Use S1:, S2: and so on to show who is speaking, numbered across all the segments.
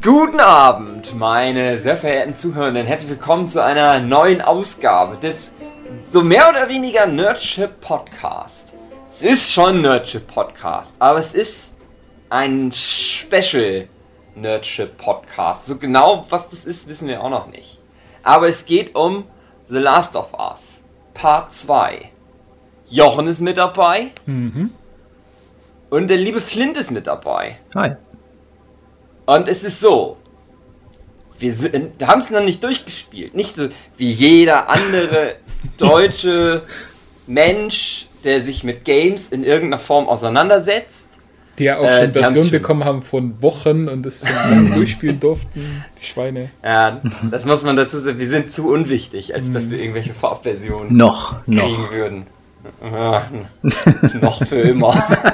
S1: Guten Abend, meine sehr verehrten Zuhörenden. Herzlich willkommen zu einer neuen Ausgabe des so mehr oder weniger Nerdship Podcast. Es ist schon Nerdship Podcast, aber es ist ein Special Nerdship Podcast. So genau, was das ist, wissen wir auch noch nicht. Aber es geht um The Last of Us Part 2. Jochen ist mit dabei. Und der liebe Flint ist mit dabei.
S2: Hi.
S1: Und es ist so, wir haben es noch nicht durchgespielt. Nicht so wie jeder andere deutsche Mensch, der sich mit Games in irgendeiner Form auseinandersetzt.
S3: Die ja auch schon Versionen bekommen haben von Wochen und das schon durchspielen durften, die Schweine.
S1: Ja, das muss man dazu sagen, wir sind zu unwichtig, als dass wir irgendwelche Vorabversionen kriegen würden. Ja, noch für immer.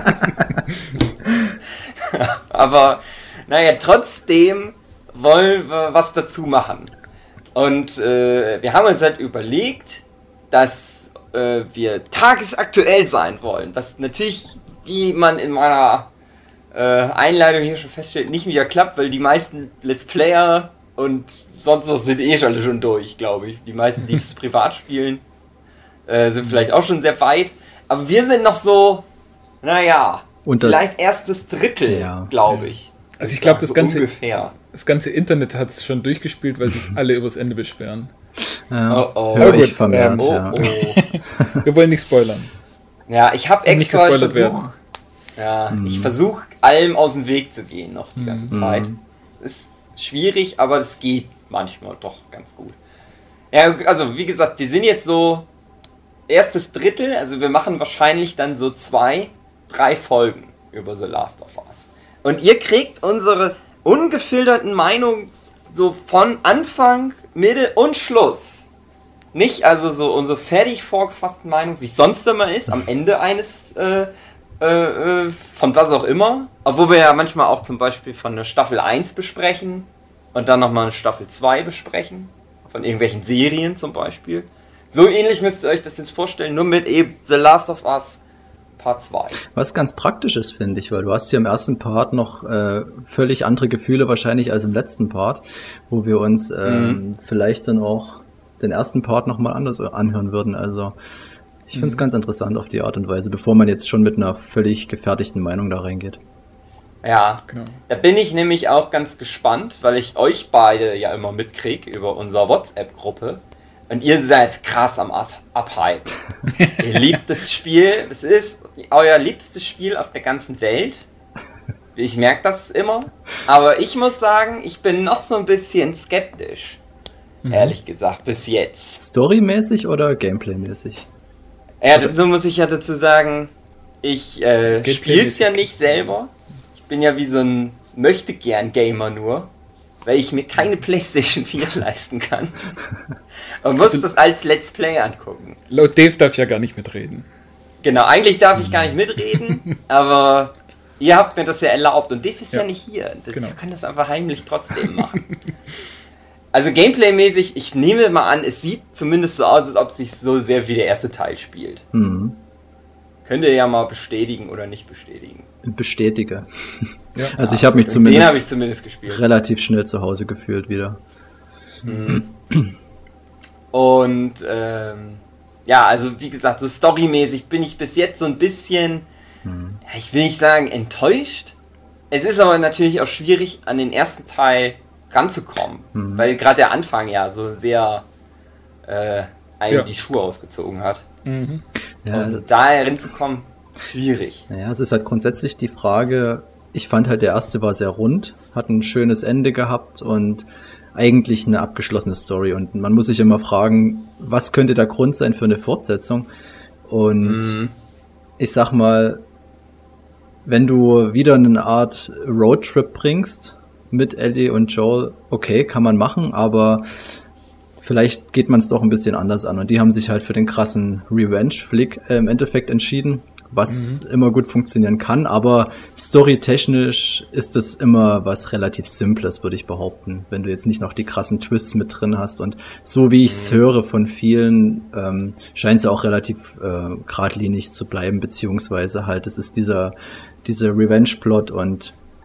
S1: Aber naja, trotzdem wollen wir was dazu machen. Und wir haben uns halt überlegt, dass wir tagesaktuell sein wollen. Was natürlich, wie man in meiner Einleitung hier schon feststellt, nicht wieder klappt, weil die meisten Let's Player und sonst was sind alle schon durch, glaube ich. Die meisten, die es privat spielen, sind vielleicht auch schon sehr weit. Aber wir sind noch so, naja, vielleicht erstes Drittel, glaube ich.
S3: Also ich glaube, das ganze Internet hat es schon durchgespielt, weil sich alle übers Ende beschweren.
S2: Hör ich vermehrt, ja.
S3: Wir wollen nicht spoilern.
S1: Ja, ich habe extra ich versuche allem aus dem Weg zu gehen noch die ganze Zeit. Es ist schwierig, aber es geht manchmal doch ganz gut. Ja, also wie gesagt, wir sind jetzt so erstes Drittel, also wir machen wahrscheinlich dann so 2-3 Folgen über The Last of Us. Und ihr kriegt unsere ungefilterten Meinungen so von Anfang, Mitte und Schluss. Nicht also so unsere fertig vorgefassten Meinungen, wie es sonst immer ist, am Ende eines von was auch immer. Obwohl wir ja manchmal auch zum Beispiel von der Staffel 1 besprechen und dann nochmal eine Staffel 2 besprechen. Von irgendwelchen Serien zum Beispiel. So ähnlich müsst ihr euch das jetzt vorstellen, nur mit eben The Last of Us Part 2.
S2: Was ganz praktisch ist, finde ich, weil du hast hier im ersten Part noch völlig andere Gefühle wahrscheinlich als im letzten Part, wo wir uns vielleicht dann auch den ersten Part nochmal anders anhören würden. Also ich finde es ganz interessant auf die Art und Weise, bevor man jetzt schon mit einer völlig gefertigten Meinung da reingeht.
S1: Ja, genau. Da bin ich nämlich auch ganz gespannt, weil ich euch beide ja immer mitkriege über unsere WhatsApp-Gruppe. Und ihr seid krass am Abhypen. Ihr liebt das Spiel. Es ist euer liebstes Spiel auf der ganzen Welt. Ich merke das immer. Aber ich muss sagen, ich bin noch so ein bisschen skeptisch. Ehrlich gesagt, bis jetzt.
S2: Storymäßig oder Gameplay-mäßig?
S1: Ja, so muss ich ja dazu sagen, ich spiele es ja nicht selber. Ich bin ja wie so ein Möchtegern-Gamer nur. Weil ich mir keine PlayStation 4 leisten kann. Und muss das als Let's Play angucken.
S3: Laut Dave darf ich ja gar nicht mitreden.
S1: Genau, eigentlich darf ich gar nicht mitreden, aber ihr habt mir das ja erlaubt und Dave ist ja nicht hier. Ich kann das einfach heimlich trotzdem machen. Also Gameplay-mäßig, ich nehme mal an, es sieht zumindest so aus, als ob es sich so sehr wie der erste Teil spielt. Könnt ihr ja mal bestätigen oder nicht bestätigen.
S2: Bestätige. Ja. Also ich habe mich zumindest
S1: gespielt.
S2: Relativ schnell zu Hause gefühlt wieder.
S1: Und ja, also wie gesagt, so storymäßig bin ich bis jetzt so ein bisschen, ich will nicht sagen enttäuscht. Es ist aber natürlich auch schwierig, an den ersten Teil ranzukommen, weil gerade der Anfang ja so sehr die Schuhe ausgezogen hat. Ja, und da ranzukommen, schwierig.
S2: Naja, es ist halt grundsätzlich die Frage, ich fand halt, der erste war sehr rund, hat ein schönes Ende gehabt und eigentlich eine abgeschlossene Story. Und man muss sich immer fragen, was könnte der Grund sein für eine Fortsetzung? Und ich sag mal, wenn du wieder eine Art Roadtrip bringst mit Ellie und Joel, okay, kann man machen, aber vielleicht geht man es doch ein bisschen anders an. Und die haben sich halt für den krassen Revenge-Flick im Endeffekt entschieden, was immer gut funktionieren kann, aber storytechnisch ist das immer was relativ Simples, würde ich behaupten, wenn du jetzt nicht noch die krassen Twists mit drin hast. Und so wie ich es höre von vielen, scheint es auch relativ geradlinig zu bleiben, beziehungsweise halt, es ist dieser Revenge-Plot und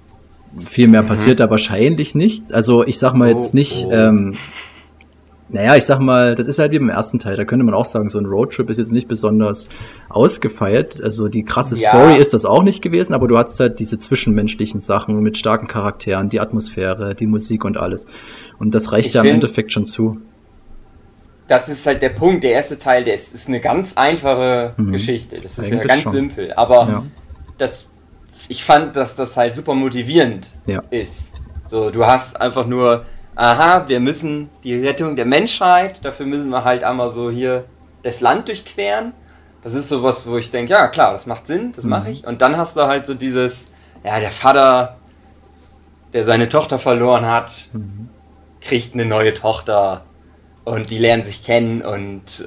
S2: viel mehr passiert da wahrscheinlich nicht. Also ich sag mal jetzt nicht, ich sag mal, das ist halt wie beim ersten Teil. Da könnte man auch sagen, so ein Roadtrip ist jetzt nicht besonders ausgefeilt. Also die krasse Story ist das auch nicht gewesen, aber du hattest halt diese zwischenmenschlichen Sachen mit starken Charakteren, die Atmosphäre, die Musik und alles. Und das reicht ja im Endeffekt schon zu.
S1: Das ist halt der Punkt. Der erste Teil, der ist eine ganz einfache Geschichte. Das ist eigentlich ja ganz simpel. Aber ich fand, dass das halt super motivierend ist. So, du hast einfach nur, wir müssen die Rettung der Menschheit, dafür müssen wir halt einmal so hier das Land durchqueren. Das ist sowas, wo ich denke, ja klar, das macht Sinn, das mache ich. Und dann hast du halt so dieses, der Vater, der seine Tochter verloren hat, kriegt eine neue Tochter. Und die lernen sich kennen und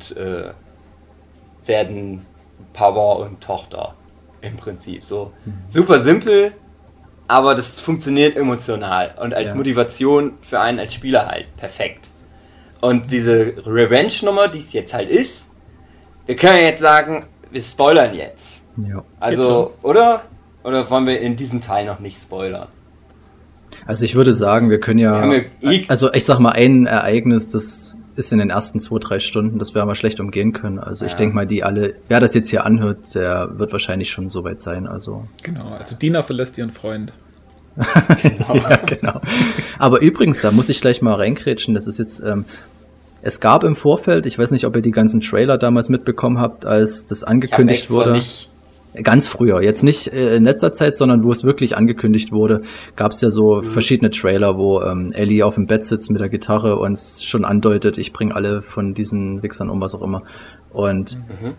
S1: werden Papa und Tochter im Prinzip. So super simpel, aber das funktioniert emotional und als Motivation für einen als Spieler halt perfekt. Und diese Revenge-Nummer, die es jetzt halt ist, wir können ja jetzt sagen, wir spoilern jetzt. Ja. Also, oder wollen wir in diesem Teil noch nicht spoilern?
S2: Also ich würde sagen, wir können also ich sag mal, ein Ereignis, das ist in den ersten 2-3 Stunden, das werden wir schlecht umgehen können. Also ich denke mal, wer das jetzt hier anhört, der wird wahrscheinlich schon so weit sein. Also.
S3: Genau, also Dina verlässt ihren Freund.
S2: Genau. Aber übrigens, da muss ich gleich mal reinkrätschen, das ist jetzt, es gab im Vorfeld, ich weiß nicht, ob ihr die ganzen Trailer damals mitbekommen habt, als das angekündigt wurde. Ganz früher, jetzt nicht in letzter Zeit, sondern wo es wirklich angekündigt wurde, gab es ja so verschiedene Trailer, wo Ellie auf dem Bett sitzt mit der Gitarre und schon andeutet, ich bringe alle von diesen Wichsern um, was auch immer. Und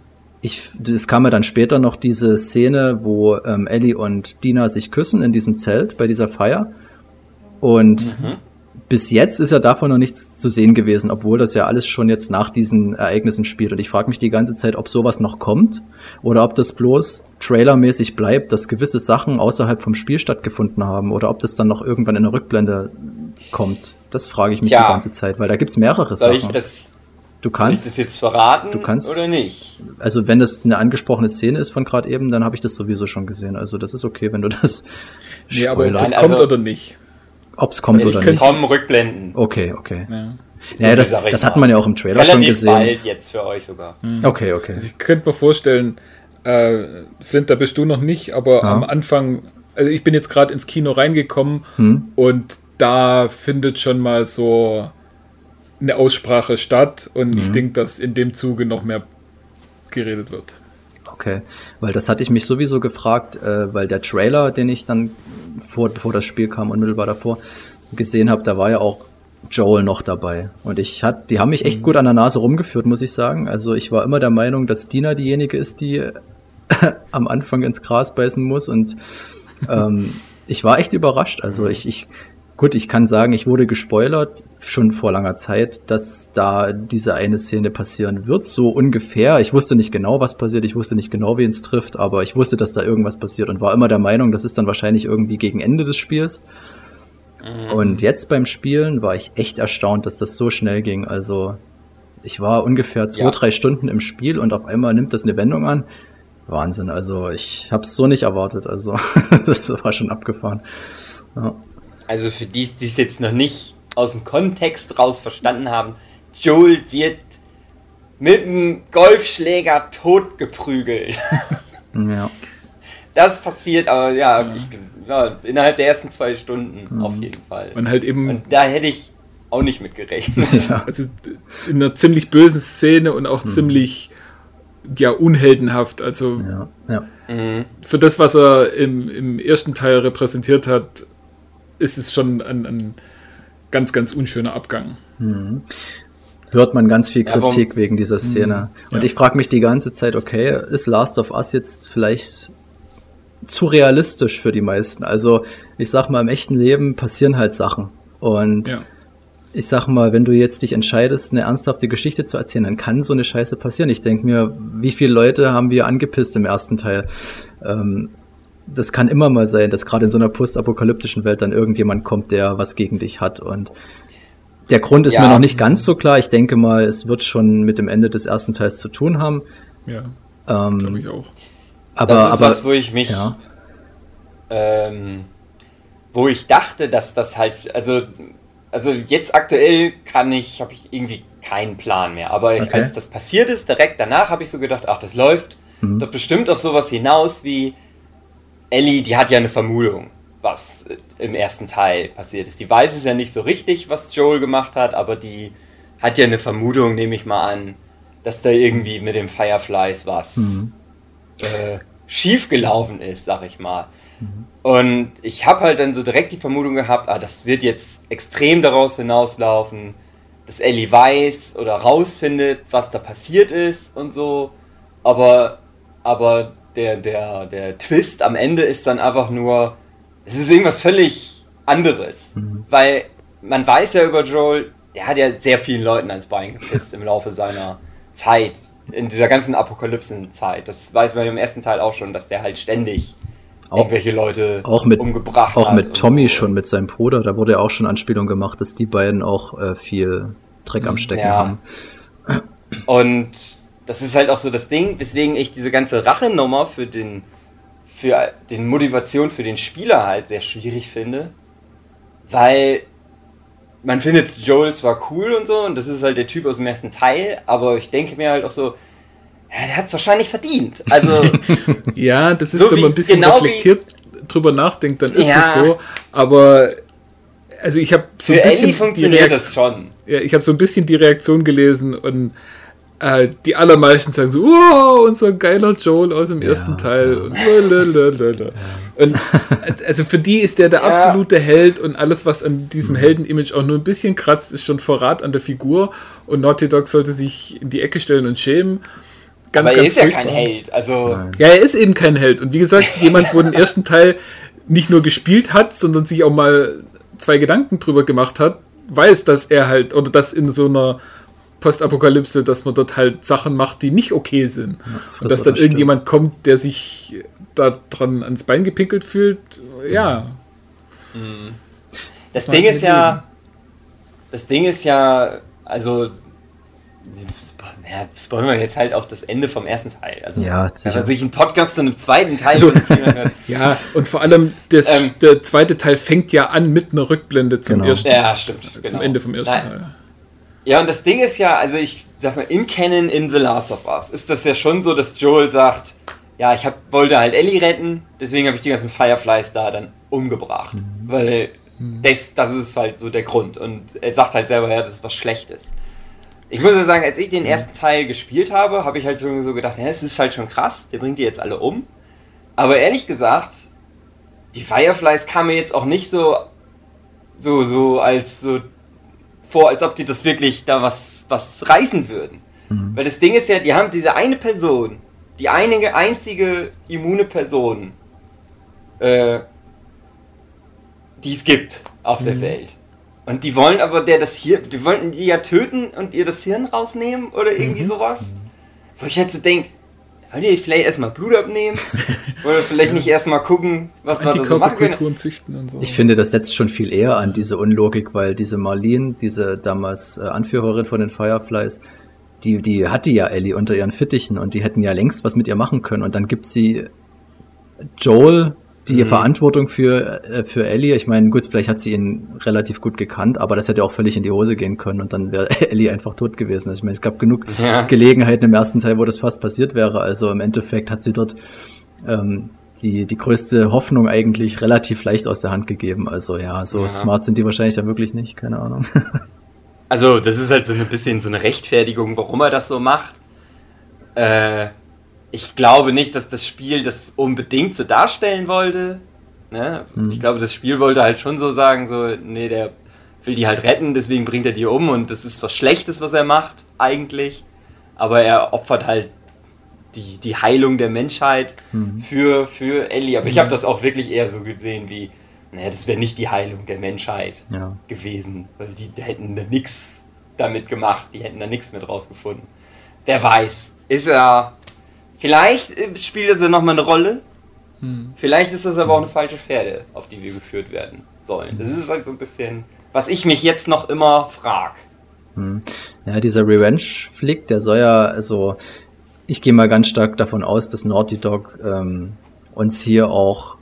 S2: es kam ja dann später noch diese Szene, wo Ellie und Dina sich küssen in diesem Zelt bei dieser Feier. Und bis jetzt ist ja davon noch nichts zu sehen gewesen, obwohl das ja alles schon jetzt nach diesen Ereignissen spielt. Und ich frage mich die ganze Zeit, ob sowas noch kommt oder ob das bloß trailermäßig bleibt, dass gewisse Sachen außerhalb vom Spiel stattgefunden haben oder ob das dann noch irgendwann in der Rückblende kommt. Das frage ich mich die ganze Zeit, weil da gibt's mehrere Sachen.
S1: Soll ich das jetzt verraten oder nicht?
S2: Also wenn das eine angesprochene Szene ist von gerade eben, dann habe ich das sowieso schon gesehen. Also das ist okay, wenn du das
S3: spoilerst. Aber ob das kommt oder nicht.
S2: Ob es kommt oder nicht.
S1: Es kommen Rückblenden.
S2: Okay. Ja, das hat man ja auch im Trailer schon gesehen.
S1: Relativ bald jetzt für euch sogar.
S2: Okay.
S3: Also ich könnte mir vorstellen, Flint, da bist du noch nicht, aber am Anfang, also ich bin jetzt gerade ins Kino reingekommen und da findet schon mal so eine Aussprache statt und ich denke, dass in dem Zuge noch mehr geredet wird.
S2: Okay, weil das hatte ich mich sowieso gefragt, weil der Trailer, den ich dann bevor das Spiel kam, unmittelbar davor gesehen habe, da war ja auch Joel noch dabei. Und die haben mich echt gut an der Nase rumgeführt, muss ich sagen. Also ich war immer der Meinung, dass Dina diejenige ist, die am Anfang ins Gras beißen muss. Und ich war echt überrascht. Also ich kann sagen, ich wurde gespoilert schon vor langer Zeit, dass da diese eine Szene passieren wird, so ungefähr. Ich wusste nicht genau, was passiert, ich wusste nicht genau, wen es trifft, aber ich wusste, dass da irgendwas passiert und war immer der Meinung, das ist dann wahrscheinlich irgendwie gegen Ende des Spiels. Und jetzt beim Spielen war ich echt erstaunt, dass das so schnell ging. Also ich war ungefähr 2-3 Stunden im Spiel und auf einmal nimmt das eine Wendung an. Wahnsinn, also ich habe es so nicht erwartet, also das war schon abgefahren. Ja.
S1: Also für die es jetzt noch nicht aus dem Kontext raus verstanden haben, Joel wird mit einem Golfschläger totgeprügelt.
S2: Ja.
S1: Das passiert aber, innerhalb der ersten 2 Stunden auf jeden Fall.
S3: Und
S1: da hätte ich auch nicht mit gerechnet.
S3: Ja. Also in einer ziemlich bösen Szene und auch ziemlich unheldenhaft. Also für das, was er im ersten Teil repräsentiert hat, ist es schon ein ganz, ganz unschöner Abgang.
S2: Hört man ganz viel Kritik wegen dieser Szene. Und ich frage mich die ganze Zeit, okay, ist Last of Us jetzt vielleicht zu realistisch für die meisten? Also ich sag mal, im echten Leben passieren halt Sachen. Und ich sag mal, wenn du jetzt dich entscheidest, eine ernsthafte Geschichte zu erzählen, dann kann so eine Scheiße passieren. Ich denke mir, wie viele Leute haben wir angepisst im ersten Teil? Das kann immer mal sein, dass gerade in so einer postapokalyptischen Welt dann irgendjemand kommt, der was gegen dich hat. Und der Grund ist mir noch nicht ganz so klar. Ich denke mal, es wird schon mit dem Ende des ersten Teils zu tun haben.
S3: Ja, glaube ich auch.
S1: Das ist was, wo ich mich wo ich dachte, dass das halt, also jetzt aktuell habe ich irgendwie keinen Plan mehr, aber als das passiert ist, direkt danach habe ich so gedacht, ach, das läuft doch bestimmt auf sowas hinaus wie Ellie, die hat ja eine Vermutung, was im ersten Teil passiert ist. Die weiß es ja nicht so richtig, was Joel gemacht hat, aber die hat ja eine Vermutung, nehme ich mal an, dass da irgendwie mit den Fireflies was schief gelaufen ist, sag ich mal. Und ich habe halt dann so direkt die Vermutung gehabt, das wird jetzt extrem daraus hinauslaufen, dass Ellie weiß oder rausfindet, was da passiert ist und so, aber der Twist am Ende ist dann einfach nur, es ist irgendwas völlig anderes, weil man weiß ja über Joel, der hat ja sehr vielen Leuten ans Bein gepisst im Laufe seiner Zeit, in dieser ganzen Apokalypsen-Zeit. Das weiß man im ersten Teil auch schon, dass der halt ständig irgendwelche Leute umgebracht hat.
S2: Auch mit Tommy so. Schon, mit seinem Bruder, da wurde ja auch schon Anspielung gemacht, dass die beiden auch viel Dreck am Stecken haben.
S1: Und das ist halt auch so das Ding, weswegen ich diese ganze Rachenummer für den Motivation für den Spieler halt sehr schwierig finde, weil man findet Joel zwar cool und so, und das ist halt der Typ aus dem ersten Teil, aber ich denke mir halt auch so, ja, der hat es wahrscheinlich verdient. Also
S3: ja, das ist, so wenn man ein bisschen reflektiert drüber nachdenkt, dann ist das so, aber also ich habe so
S1: ein bisschen Ellie funktioniert das schon.
S3: Ja, ich habe so ein bisschen die Reaktion gelesen und die allermeisten sagen so, wow, unser geiler Joel aus dem ersten Teil. Und also für die ist der absolute Held und alles, was an diesem Heldenimage auch nur ein bisschen kratzt, ist schon Verrat an der Figur und Naughty Dog sollte sich in die Ecke stellen und schämen.
S1: Aber er ist ja kein Held. Also
S3: ja, er ist eben kein Held. Und wie gesagt, jemand, wo den ersten Teil nicht nur gespielt hat, sondern sich auch mal 2 Gedanken drüber gemacht hat, weiß, dass er halt, oder dass in so einer Postapokalypse, dass man dort halt Sachen macht, die nicht okay sind. Ja, und dass dann irgendjemand kommt, der sich da dran ans Bein gepinkelt fühlt, ja.
S1: Das Ding ist ja, also spoilern wir jetzt halt auch das Ende vom ersten Teil. Also, wenn man sich einen Podcast zu einem zweiten Teil hört.
S3: Ja, und vor allem der zweite Teil fängt ja an mit einer Rückblende zum ersten.
S1: Ja, stimmt.
S3: Zum Ende vom ersten Teil.
S1: Ja, und das Ding ist ja, also ich sag mal, in Canon in The Last of Us ist das ja schon so, dass Joel sagt, ja, wollte halt Ellie retten, deswegen habe ich die ganzen Fireflies da dann umgebracht. Weil das ist halt so der Grund. Und er sagt halt selber, ja, das ist was Schlechtes. Ich muss ja sagen, als ich den ersten Teil gespielt habe, habe ich halt so gedacht, ja, es ist halt schon krass, der bringt die jetzt alle um. Aber ehrlich gesagt, die Fireflies kamen mir jetzt auch nicht so als ob die das wirklich da was reißen würden. Weil das Ding ist ja, die haben diese eine Person, die einzige immune Person, die es gibt auf der Welt. Und die wollen aber die wollten die ja töten und ihr das Hirn rausnehmen oder irgendwie sowas. Wo ich jetzt so denke, wollt ihr vielleicht erstmal Blut abnehmen? Oder vielleicht nicht erstmal gucken, was wir da so machen können?
S3: Züchten und so.
S2: Ich finde, das setzt schon viel eher an diese Unlogik, weil diese Marlene, diese damals Anführerin von den Fireflies, die hatte ja Ellie unter ihren Fittichen und die hätten ja längst was mit ihr machen können. Und dann gibt sie Joel die Verantwortung für Ellie. Ich meine, gut, vielleicht hat sie ihn relativ gut gekannt, aber das hätte auch völlig in die Hose gehen können und dann wäre Ellie einfach tot gewesen. Also ich meine, es gab genug Gelegenheiten im ersten Teil, wo das fast passiert wäre. Also im Endeffekt hat sie dort die größte Hoffnung eigentlich relativ leicht aus der Hand gegeben. Also smart sind die wahrscheinlich dann wirklich nicht, keine Ahnung.
S1: Also das ist halt so ein bisschen so eine Rechtfertigung, warum er das so macht. Ich glaube nicht, dass das Spiel das unbedingt so darstellen wollte. Ne? Ich glaube, das Spiel wollte halt schon so sagen, nee, der will die halt retten, deswegen bringt er die um und das ist was Schlechtes, was er macht, eigentlich. Aber er opfert halt die Heilung der Menschheit für Ellie. Aber ich habe das auch wirklich eher so gesehen wie, naja, das wäre nicht die Heilung der Menschheit gewesen, weil die hätten da nichts damit gemacht, die hätten da nichts mit rausgefunden. Wer weiß, vielleicht spielt das ja nochmal eine Rolle, vielleicht ist das aber auch eine falsche Fährte, auf die wir geführt werden sollen. Das ist halt so ein bisschen, was ich mich jetzt noch immer frage.
S2: Ja, dieser Revenge-Flick, der soll ja, also ich gehe mal ganz stark davon aus, dass Naughty Dog uns hier auch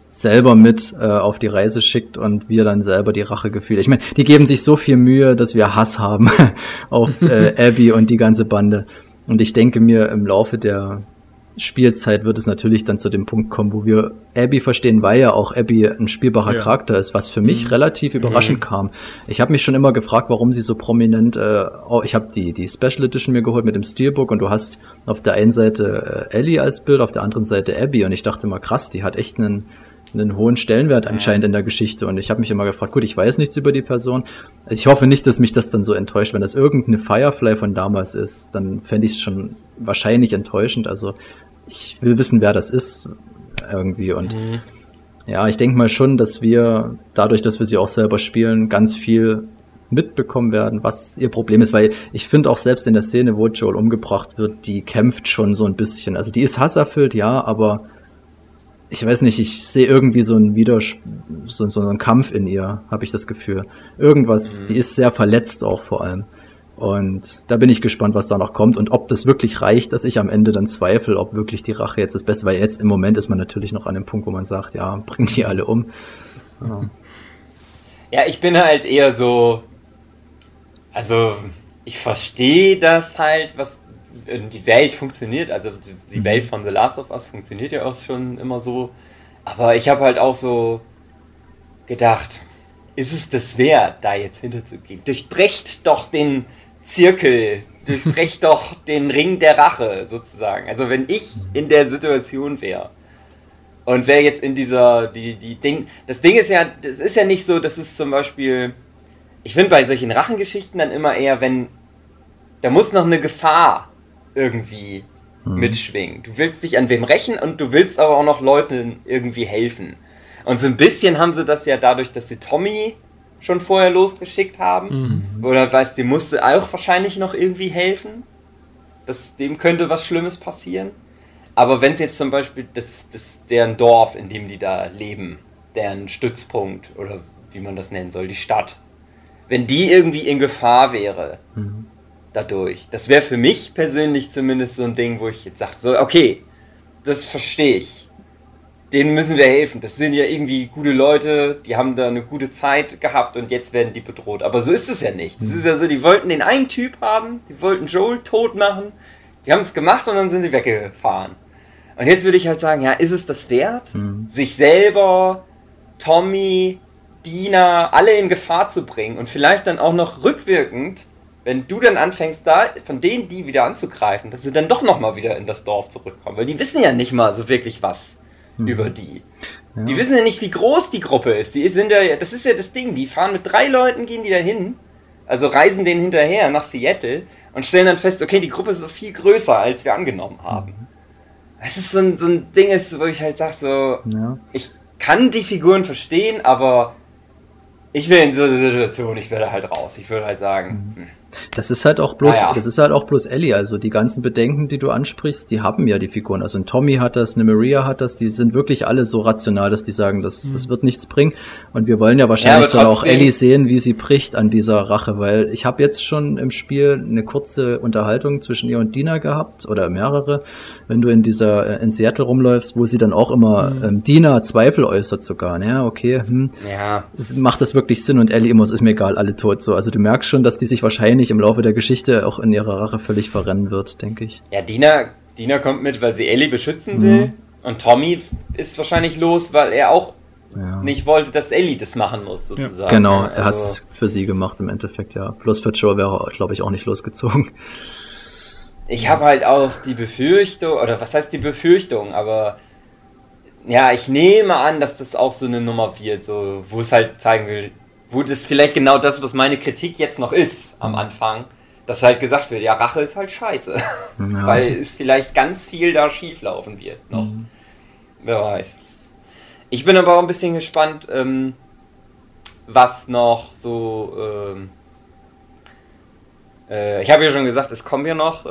S2: selber mit auf die Reise schickt und wir dann selber die Rachegefühle. Ich meine, die geben sich so viel Mühe, dass wir Hass haben auf Abby und die ganze Bande. Und ich denke mir, im Laufe der Spielzeit wird es natürlich dann zu dem Punkt kommen, wo wir Abby verstehen, weil ja auch Abby ein spielbarer Charakter ist, was für mich relativ überraschend kam. Ich habe mich schon immer gefragt, warum sie so prominent, ich habe die Special Edition mir geholt mit dem Steelbook und du hast auf der einen Seite Ellie als Bild, auf der anderen Seite Abby und ich dachte immer, krass, die hat echt einen hohen Stellenwert anscheinend in der Geschichte und ich habe mich immer gefragt, gut, ich weiß nichts über die Person. Ich hoffe nicht, dass mich das dann so enttäuscht. Wenn das irgendeine Firefly von damals ist, dann fände ich es schon wahrscheinlich enttäuschend. Also ich will wissen, wer das ist irgendwie und ja, ich denke mal schon, dass wir dadurch, dass wir sie auch selber spielen, ganz viel mitbekommen werden, was ihr Problem ist, weil ich finde auch selbst in der Szene, wo Joel umgebracht wird, die kämpft schon so ein bisschen. Also die ist hasserfüllt, ja, aber ich weiß nicht, ich sehe irgendwie so einen Kampf in ihr, habe ich das Gefühl. Irgendwas, die ist sehr verletzt auch vor allem. Und da bin ich gespannt, was da noch kommt und ob das wirklich reicht, dass ich am Ende dann zweifle, ob wirklich die Rache jetzt das Beste, weil jetzt im Moment ist man natürlich noch an dem Punkt, wo man sagt, ja, bring die alle um.
S1: Ja, ich bin halt eher so, also ich verstehe das halt, was die Welt funktioniert, also die Welt von The Last of Us funktioniert ja auch schon immer so, aber ich habe halt auch so gedacht, ist es das wert, da jetzt hinterzugehen? Durchbrecht doch den Zirkel, durchbrecht doch den Ring der Rache sozusagen. Also wenn ich in der Situation wäre und wäre jetzt in dieser, das Ding ist ja, das ist ja nicht so, dass es zum Beispiel, ich finde bei solchen Rachengeschichten dann immer eher, da muss noch eine Gefahr irgendwie mitschwingen. Du willst dich an wem rächen und du willst aber auch noch Leuten irgendwie helfen. Und so ein bisschen haben sie das ja dadurch, dass sie Tommy schon vorher losgeschickt haben. Oder weißt du, die musste auch wahrscheinlich noch irgendwie helfen. Dem könnte was Schlimmes passieren. Aber wenn es jetzt zum Beispiel deren Dorf, in dem die da leben, deren Stützpunkt oder wie man das nennen soll, die Stadt, wenn die irgendwie in Gefahr wäre dadurch, das wäre für mich persönlich zumindest so ein Ding, wo ich jetzt sage, so okay, das verstehe ich. Denen müssen wir helfen. Das sind ja irgendwie gute Leute, die haben da eine gute Zeit gehabt und jetzt werden die bedroht. Aber so ist es ja nicht. Es ist ja so, die wollten den einen Typ haben, die wollten Joel tot machen, die haben es gemacht und dann sind sie weggefahren. Und jetzt würde ich halt sagen, ja, ist es das wert, sich selber, Tommy, Dina, alle in Gefahr zu bringen und vielleicht dann auch noch rückwirkend, wenn du dann anfängst, da von denen die wieder anzugreifen, dass sie dann doch nochmal wieder in das Dorf zurückkommen. Weil die wissen ja nicht mal so wirklich was über die. Ja. Die wissen ja nicht, wie groß die Gruppe ist. Das ist ja das Ding. Die fahren mit 3 Leuten, gehen die da hin, also reisen denen hinterher nach Seattle und stellen dann fest, okay, die Gruppe ist so viel größer, als wir angenommen haben. Das ist so ein Ding, wo ich halt sage, so, ich kann die Figuren verstehen, aber ich wäre in so einer Situation, ich wäre halt raus. Ich würde halt sagen,
S2: Das ist halt auch bloß Ellie, also die ganzen Bedenken, die du ansprichst, die haben ja die Figuren. Also ein Tommy hat das, eine Maria hat das, die sind wirklich alle so rational, dass die sagen, das wird nichts bringen. Und wir wollen ja wahrscheinlich dann auch Ellie sehen, wie sie bricht an dieser Rache, weil ich habe jetzt schon im Spiel eine kurze Unterhaltung zwischen ihr und Dina gehabt, oder mehrere, wenn du in Seattle rumläufst, wo sie dann auch immer Dina Zweifel äußert sogar. Ja, okay, macht das wirklich Sinn? Und Ellie immer, es ist mir egal, alle tot. So, also du merkst schon, dass die sich wahrscheinlich im Laufe der Geschichte auch in ihrer Rache völlig verrennen wird, denke ich.
S1: Ja, Dina kommt mit, weil sie Ellie beschützen will. Und Tommy ist wahrscheinlich los, weil er auch nicht wollte, dass Ellie das machen muss, sozusagen.
S2: Ja. Genau, er hat es für sie gemacht im Endeffekt, ja. Bloß für Joe wäre er, glaube ich, auch nicht losgezogen.
S1: Ich habe halt auch die Befürchtung, oder was heißt die Befürchtung, aber ja, ich nehme an, dass das auch so eine Nummer wird, so, wo es halt zeigen will, wo das vielleicht genau das, was meine Kritik jetzt noch ist am Anfang, dass halt gesagt wird, ja, Rache ist halt scheiße. Ja. Weil es vielleicht ganz viel da schief laufen wird noch. Wer weiß. Ich bin aber auch ein bisschen gespannt, was noch so... ich habe ja schon gesagt, es kommen ja noch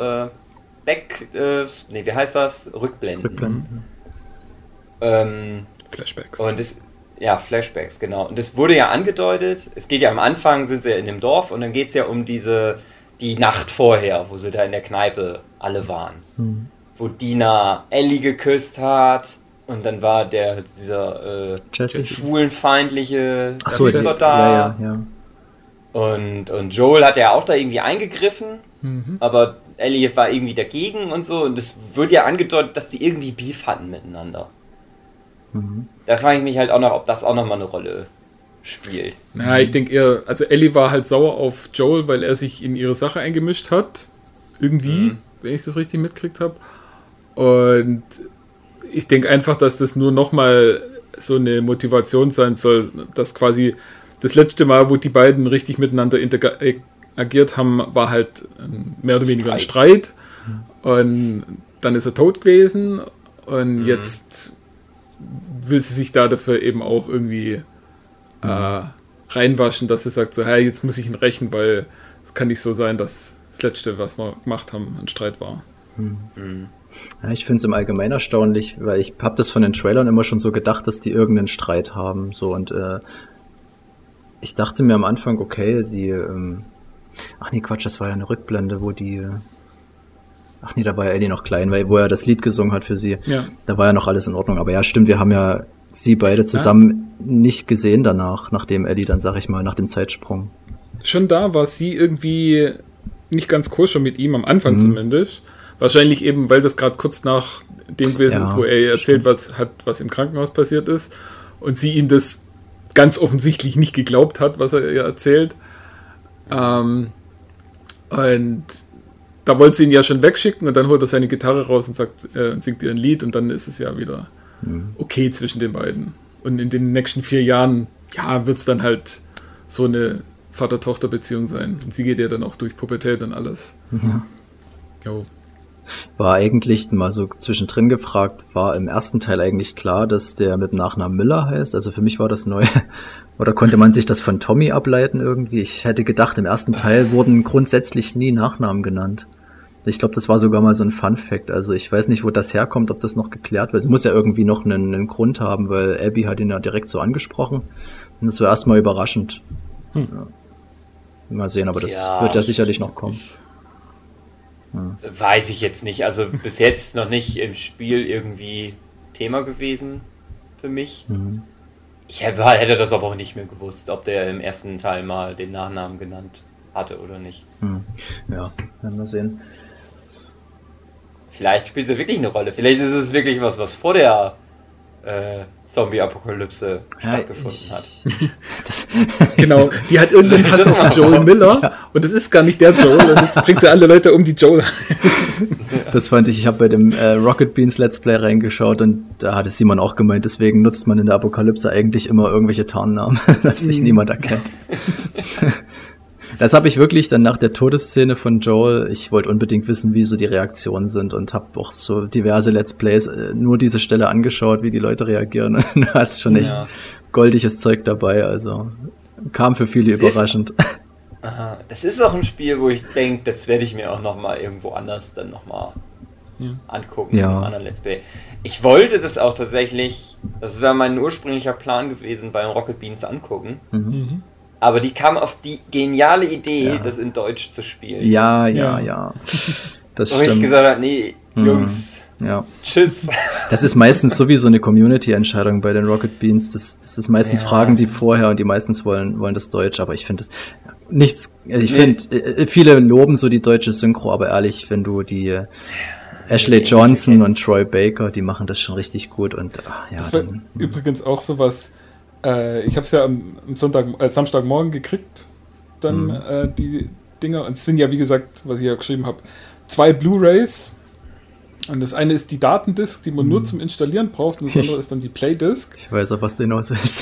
S1: wie heißt das? Rückblenden.
S3: Flashbacks.
S1: Und Flashbacks, genau. Und es wurde ja angedeutet, es geht ja am Anfang, sind sie ja in dem Dorf und dann geht es ja um die Nacht vorher, wo sie da in der Kneipe alle waren. Wo Dina Ellie geküsst hat Und dann war dieser schwulenfeindliche
S2: Typ da. Ja.
S1: Und Joel hat ja auch da irgendwie eingegriffen, aber Ellie war irgendwie dagegen und so. Und es wird ja angedeutet, dass die irgendwie Beef hatten miteinander. Da frage ich mich halt auch noch, ob das auch nochmal eine Rolle spielt.
S3: Na, ich denke eher, also Ellie war halt sauer auf Joel, weil er sich in ihre Sache eingemischt hat. Irgendwie, wenn ich das richtig mitgekriegt habe. Und ich denke einfach, dass das nur nochmal so eine Motivation sein soll, dass quasi das letzte Mal, wo die beiden richtig miteinander interagiert haben, war halt mehr oder weniger ein Streit. Und dann ist er tot gewesen. Und jetzt will sie sich da dafür eben auch irgendwie reinwaschen, dass sie sagt so, hey, jetzt muss ich ihn rächen, weil es kann nicht so sein, dass das Letzte, was wir gemacht haben, ein Streit war.
S2: Ja, ich finde es im Allgemeinen erstaunlich, weil ich habe das von den Trailern immer schon so gedacht, dass die irgendeinen Streit haben. So, und ich dachte mir am Anfang, okay, ach nee, Quatsch, das war ja eine Rückblende, wo ach nee, da war ja Ellie noch klein, wo er das Lied gesungen hat für sie. Ja. Da war ja noch alles in Ordnung. Aber ja, stimmt, wir haben ja sie beide zusammen nicht gesehen danach, nachdem Ellie dann, sag ich mal, nach dem Zeitsprung.
S3: Schon da war sie irgendwie nicht ganz koscher mit ihm, am Anfang zumindest. Wahrscheinlich eben, weil das gerade kurz nach dem gewesen ist, wo er ihr erzählt was im Krankenhaus passiert ist und sie ihm das ganz offensichtlich nicht geglaubt hat, was er ihr erzählt. Und da wollte sie ihn ja schon wegschicken und dann holt er seine Gitarre raus und singt ihr ein Lied und dann ist es ja wieder okay zwischen den beiden. Und in den nächsten 4 Jahren, wird es dann halt so eine Vater-Tochter-Beziehung sein. Und sie geht ja dann auch durch Pubertät und alles.
S2: Ja. Jo. War eigentlich, mal so zwischendrin gefragt, war im ersten Teil eigentlich klar, dass der mit Nachnamen Miller heißt? Also für mich war das neu. Oder konnte man sich das von Tommy ableiten irgendwie? Ich hätte gedacht, im ersten Teil wurden grundsätzlich nie Nachnamen genannt. Ich glaube, das war sogar mal so ein Fun-Fact. Also ich weiß nicht, wo das herkommt, ob das noch geklärt wird. Es muss ja irgendwie noch einen Grund haben, weil Abby hat ihn ja direkt so angesprochen. Und das war erstmal überraschend. Ja. Mal sehen, aber das wird ja sicherlich noch kommen.
S1: Weiß ich jetzt nicht. Also bis jetzt noch nicht im Spiel irgendwie Thema gewesen für mich. Ich hätte das aber auch nicht mehr gewusst, ob der im ersten Teil mal den Nachnamen genannt hatte oder nicht.
S2: Ja, werden wir sehen.
S1: Vielleicht spielt sie wirklich eine Rolle. Vielleicht ist es wirklich was vor der Zombie-Apokalypse stattgefunden hat.
S3: Genau, die hat irgendeinen Hass auf Joel Miller und das ist gar nicht der Joel und jetzt bringt sie alle Leute um, die Joel
S2: Das fand ich habe bei dem Rocket Beans Let's Play reingeschaut und da hatte Simon auch gemeint, deswegen nutzt man in der Apokalypse eigentlich immer irgendwelche Tarnnamen, dass sich niemand erkennt. Das habe ich wirklich dann nach der Todesszene von Joel, ich wollte unbedingt wissen, wie so die Reaktionen sind und habe auch so diverse Let's Plays nur diese Stelle angeschaut, wie die Leute reagieren. Da ist schon echt goldiges Zeug dabei, also kam für viele überraschend.
S1: Das ist auch ein Spiel, wo ich denke, das werde ich mir auch nochmal irgendwo anders dann nochmal angucken, in einem anderen Let's Play. Ich wollte das auch tatsächlich, das wäre mein ursprünglicher Plan gewesen, beim Rocket Beans angucken. Aber die kam auf die geniale Idee, das in Deutsch zu spielen.
S2: Ja. Das stimmt.
S1: Und ich gesagt habe, nee, Jungs, tschüss.
S2: Das ist meistens sowieso eine Community-Entscheidung bei den Rocket Beans. Das ist meistens Fragen die vorher und die meistens wollen das Deutsch. Aber ich finde das nichts, ich finde, viele loben so die deutsche Synchro, aber ehrlich, wenn du die Ashley Johnson und Troy Baker, die machen das schon richtig gut. Und
S3: das war übrigens auch sowas. Ich habe es ja am Samstagmorgen gekriegt, dann die Dinger. Und es sind ja, wie gesagt, was ich ja geschrieben habe, 2 Blu-Rays. Und das eine ist die Datendisk, die man nur zum Installieren braucht. Und das andere ist dann die Playdisc.
S2: Ich weiß, auf was du hinaus willst.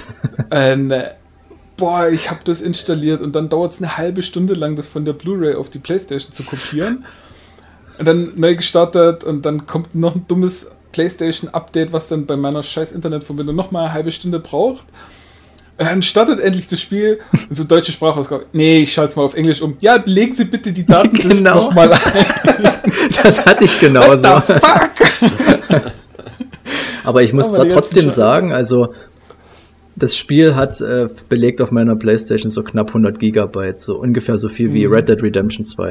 S3: Ich habe das installiert und dann dauert es eine halbe Stunde lang, das von der Blu-Ray auf die Playstation zu kopieren. Und dann neu gestartet und dann kommt noch ein dummes PlayStation-Update, was dann bei meiner scheiß Internetverbindung nochmal eine halbe Stunde braucht. Und dann startet endlich das Spiel und so deutsche Sprachausgabe. Nee, ich schalte es mal auf Englisch um. Ja, legen Sie bitte die Daten nochmal ein.
S2: Das hatte ich genauso.
S3: What the fuck?
S2: Aber ich muss trotzdem sagen, also das Spiel hat belegt auf meiner PlayStation so knapp 100 Gigabyte, so ungefähr so viel wie Red Dead Redemption 2.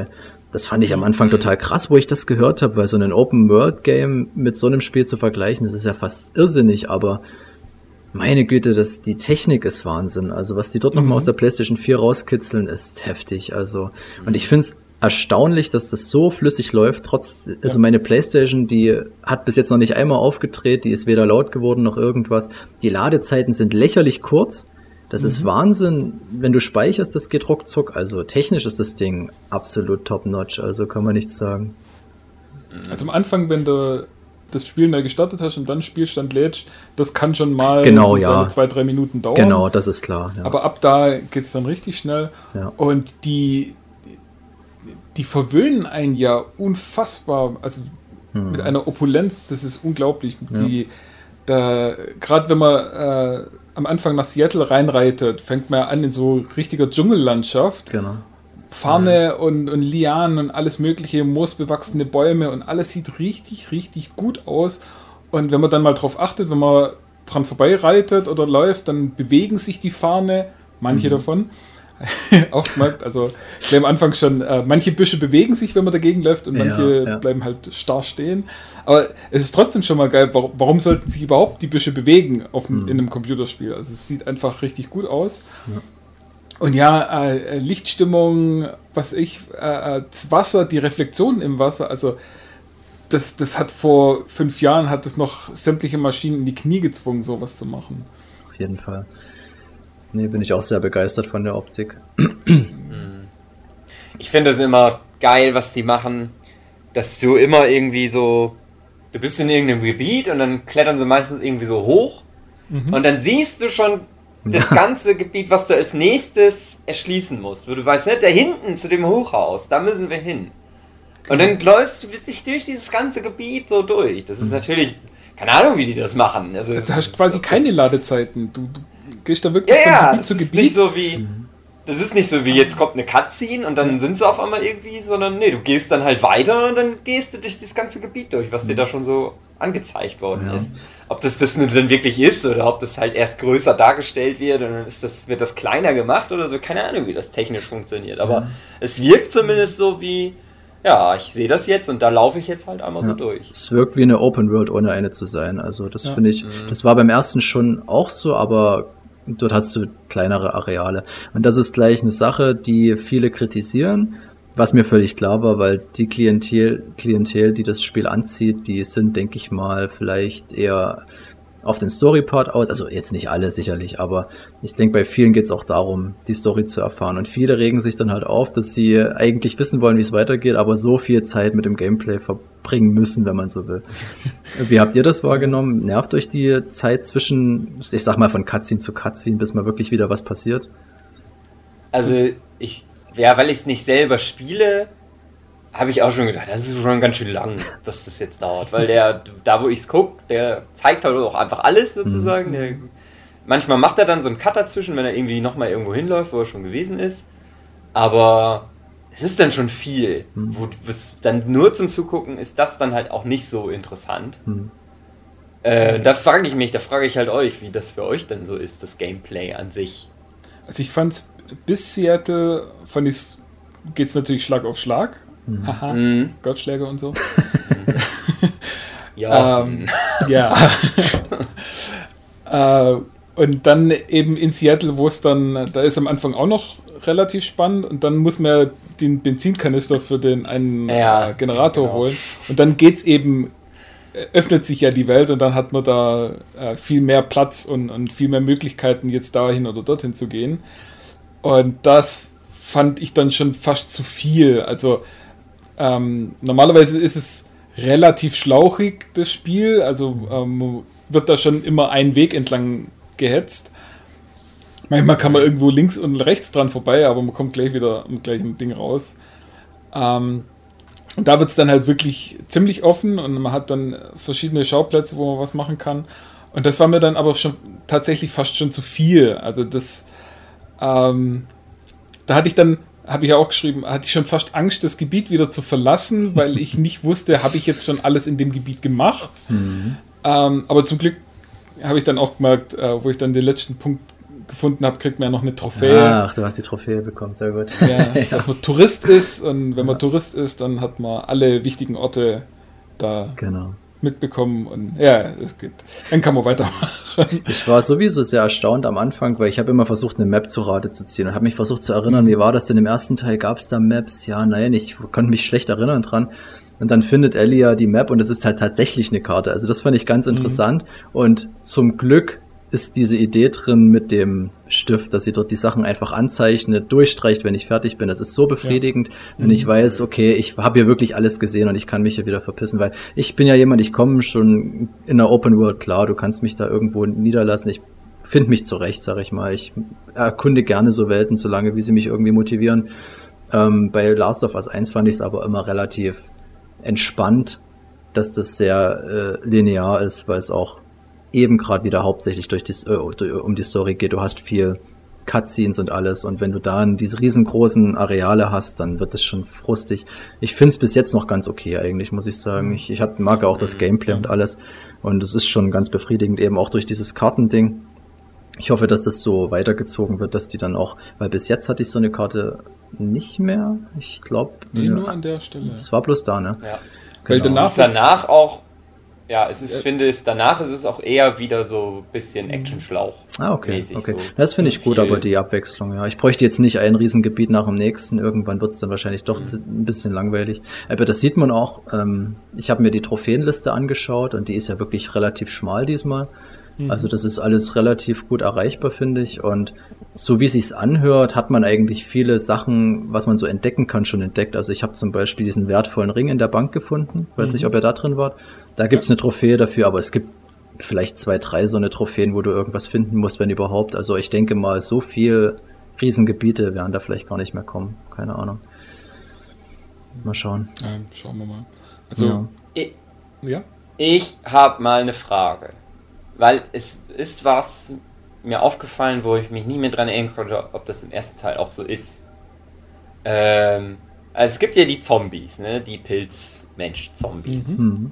S2: das fand ich am Anfang total krass, wo ich das gehört habe, weil so ein Open-World-Game mit so einem Spiel zu vergleichen, das ist ja fast irrsinnig, aber meine Güte, die Technik ist Wahnsinn. Also was die dort nochmal aus der PlayStation 4 rauskitzeln, ist heftig. Also, und ich finde es erstaunlich, dass das so flüssig läuft, also meine PlayStation, die hat bis jetzt noch nicht einmal aufgedreht, die ist weder laut geworden noch irgendwas. Die Ladezeiten sind lächerlich kurz. Das ist Wahnsinn. Wenn du speicherst, das geht ruckzuck. Also technisch ist das Ding absolut top-notch, also kann man nichts sagen.
S3: Also am Anfang, wenn du das Spiel mal gestartet hast und dann Spielstand lädst, das kann schon mal
S2: seine
S3: 2-3 Minuten dauern.
S2: Genau, das ist klar. Ja.
S3: Aber ab da geht es dann richtig schnell. Ja. Und die verwöhnen einen ja unfassbar, also mit einer Opulenz, das ist unglaublich. Gerade wenn man am Anfang nach Seattle reinreitet, fängt man an in so richtiger Dschungellandschaft.
S2: Genau.
S3: Farne und Lianen und alles mögliche, moosbewachsene Bäume und alles sieht richtig, richtig gut aus. Und wenn man dann mal drauf achtet, wenn man dran vorbeireitet oder läuft, dann bewegen sich die Farne, manche davon. Auch gemerkt, also gleich am Anfang schon, manche Büsche bewegen sich, wenn man dagegen läuft und manche bleiben halt starr stehen. Aber es ist trotzdem schon mal geil, warum sollten sich überhaupt die Büsche bewegen in einem Computerspiel? Also es sieht einfach richtig gut aus. Ja. Und Lichtstimmung, das Wasser, die Reflexion im Wasser, also das hat vor 5 Jahren hat noch sämtliche Maschinen in die Knie gezwungen, sowas zu machen.
S2: Auf jeden Fall. Nee, bin ich auch sehr begeistert von der Optik.
S1: Ich finde es immer geil, was die machen, dass du immer irgendwie so, du bist in irgendeinem Gebiet und dann klettern sie meistens irgendwie so hoch und dann siehst du schon das ganze Gebiet, was du als nächstes erschließen musst. Wo du weißt, ne, da hinten zu dem Hochhaus, da müssen wir hin. Und dann läufst du wirklich durch dieses ganze Gebiet so durch. Das ist natürlich, keine Ahnung, wie die das machen. Also,
S3: du hast quasi keine Ladezeiten. Du gehst da wirklich von Gebiet zu Gebiet.
S1: Das ist nicht so wie, jetzt kommt eine Cutscene und dann sind sie auf einmal irgendwie, sondern nee, du gehst dann halt weiter und dann gehst du durch das ganze Gebiet durch, was dir da schon so angezeigt worden ist. Ob das nun dann wirklich ist oder ob das halt erst größer dargestellt wird und dann wird das kleiner gemacht oder so, keine Ahnung, wie das technisch funktioniert, aber es wirkt zumindest so wie, ja, ich sehe das jetzt und da laufe ich jetzt halt einmal so durch.
S2: Es wirkt wie eine Open World, ohne eine zu sein, also das finde ich, das war beim ersten schon auch so, aber dort hast du kleinere Areale. Und das ist gleich eine Sache, die viele kritisieren, was mir völlig klar war, weil die Klientel, die das Spiel anzieht, die sind, denke ich mal, vielleicht eher auf den Story-Part aus. Also jetzt nicht alle sicherlich, aber ich denke, bei vielen geht es auch darum, die Story zu erfahren. Und viele regen sich dann halt auf, dass sie eigentlich wissen wollen, wie es weitergeht, aber so viel Zeit mit dem Gameplay verbringen müssen, wenn man so will. Wie habt ihr das wahrgenommen? Nervt euch die Zeit zwischen, ich sag mal, von Cutscene zu Cutscene, bis mal wirklich wieder was passiert?
S1: Also weil ich es nicht selber spiele, habe ich auch schon gedacht, das ist schon ganz schön lang, dass das jetzt dauert, weil da wo ich es gucke, der zeigt halt auch einfach alles sozusagen. Manchmal macht er dann so einen Cut dazwischen, wenn er irgendwie nochmal irgendwo hinläuft, wo er schon gewesen ist, aber es ist dann schon viel. Dann nur zum Zugucken ist das dann halt auch nicht so interessant. Da frage ich halt euch, wie das für euch denn so ist, das Gameplay an sich.
S3: Also ich fand's bis Seattle, geht's natürlich Schlag auf Schlag. Haha, Gottschläger und so.
S1: Ja.
S3: Und dann eben in Seattle, wo es dann, da ist am Anfang auch noch relativ spannend und dann muss man den Benzinkanister für den einen Generator holen und dann geht's eben, öffnet sich ja die Welt und dann hat man da viel mehr Platz und viel mehr Möglichkeiten, jetzt dahin oder dorthin zu gehen. Und das fand ich dann schon fast zu viel. Also normalerweise ist es relativ schlauchig, das Spiel. Also wird da schon immer ein Weg entlang gehetzt. Manchmal kann man irgendwo links und rechts dran vorbei, aber man kommt gleich wieder am gleichen Ding raus. Und da wird es dann halt wirklich ziemlich offen und man hat dann verschiedene Schauplätze, wo man was machen kann. Und das war mir dann aber schon tatsächlich fast schon zu viel. Also das, da hatte ich dann, habe ich ja auch geschrieben, hatte ich schon fast Angst, das Gebiet wieder zu verlassen, weil ich nicht wusste, habe ich jetzt schon alles in dem Gebiet gemacht. Aber zum Glück habe ich dann auch gemerkt, wo ich dann den letzten Punkt gefunden habe, kriegt man ja noch eine Trophäe.
S2: Ach, du hast die Trophäe bekommen, sehr gut.
S3: Ja, dass man Tourist ist und wenn man Tourist ist, dann hat man alle wichtigen Orte da mitbekommen und ja, ist gut. Dann kann man weitermachen.
S2: Ich war sowieso sehr erstaunt am Anfang, weil ich habe immer versucht, eine Map zu Rate zu ziehen und habe mich versucht zu erinnern, wie war das denn im ersten Teil? Gab es da Maps? Ja, nein, ich konnte mich schlecht erinnern dran. Und dann findet Ellie ja die Map und es ist halt tatsächlich eine Karte. Also das fand ich ganz interessant. Und zum Glück ist diese Idee drin mit dem Stift, dass sie dort die Sachen einfach anzeichnet, durchstreicht, wenn ich fertig bin. Das ist so befriedigend, wenn ich weiß, okay, ich habe hier wirklich alles gesehen und ich kann mich hier wieder verpissen, weil ich bin ja jemand, ich komme schon in der Open World klar, du kannst mich da irgendwo niederlassen, ich finde mich zurecht, sag ich mal. Ich erkunde gerne so Welten, solange wie sie mich irgendwie motivieren. Bei Last of Us 1 fand ich es aber immer relativ entspannt, dass das sehr linear ist, weil es auch eben gerade wieder hauptsächlich um die Story geht. Du hast viel Cutscenes und alles und wenn du dann diese riesengroßen Areale hast, dann wird das schon frustig. Ich finde es bis jetzt noch ganz okay eigentlich, muss ich sagen. Ich mag auch das Gameplay und alles und es ist schon ganz befriedigend, eben auch durch dieses Kartending. Ich hoffe, dass das so weitergezogen wird, dass die dann auch, weil bis jetzt hatte ich so eine Karte nicht mehr. Ich glaube,
S3: nur an der Stelle.
S2: Das war bloß da, ne?
S1: Ja.
S3: Weil
S1: danach ist danach auch danach ist es auch eher wieder so ein bisschen Action-Schlauch.
S2: Okay.
S1: So.
S2: Das finde ich gut, aber die Abwechslung, ja. Ich bräuchte jetzt nicht ein Riesengebiet nach dem nächsten. Irgendwann wird es dann wahrscheinlich doch ein bisschen langweilig. Aber das sieht man auch. Ich habe mir die Trophäenliste angeschaut und die ist ja wirklich relativ schmal diesmal. Also das ist alles relativ gut erreichbar, finde ich. Und so wie es sich anhört, hat man eigentlich viele Sachen, was man so entdecken kann, schon entdeckt. Also ich habe zum Beispiel diesen wertvollen Ring in der Bank gefunden. Weiß nicht, ob er da drin war. Da gibt's eine Trophäe dafür, aber es gibt vielleicht 2, 3 so eine Trophäen, wo du irgendwas finden musst, wenn überhaupt. Also ich denke mal, so viel Riesengebiete werden da vielleicht gar nicht mehr kommen. Keine Ahnung. Mal schauen.
S3: Schauen wir mal. Also,
S1: Ich habe mal eine Frage. Weil es ist was mir aufgefallen, wo ich mich nie mehr dran erinnern konnte, ob das im ersten Teil auch so ist. Also es gibt ja die Zombies, ne? Die Pilzmensch-Zombies. Und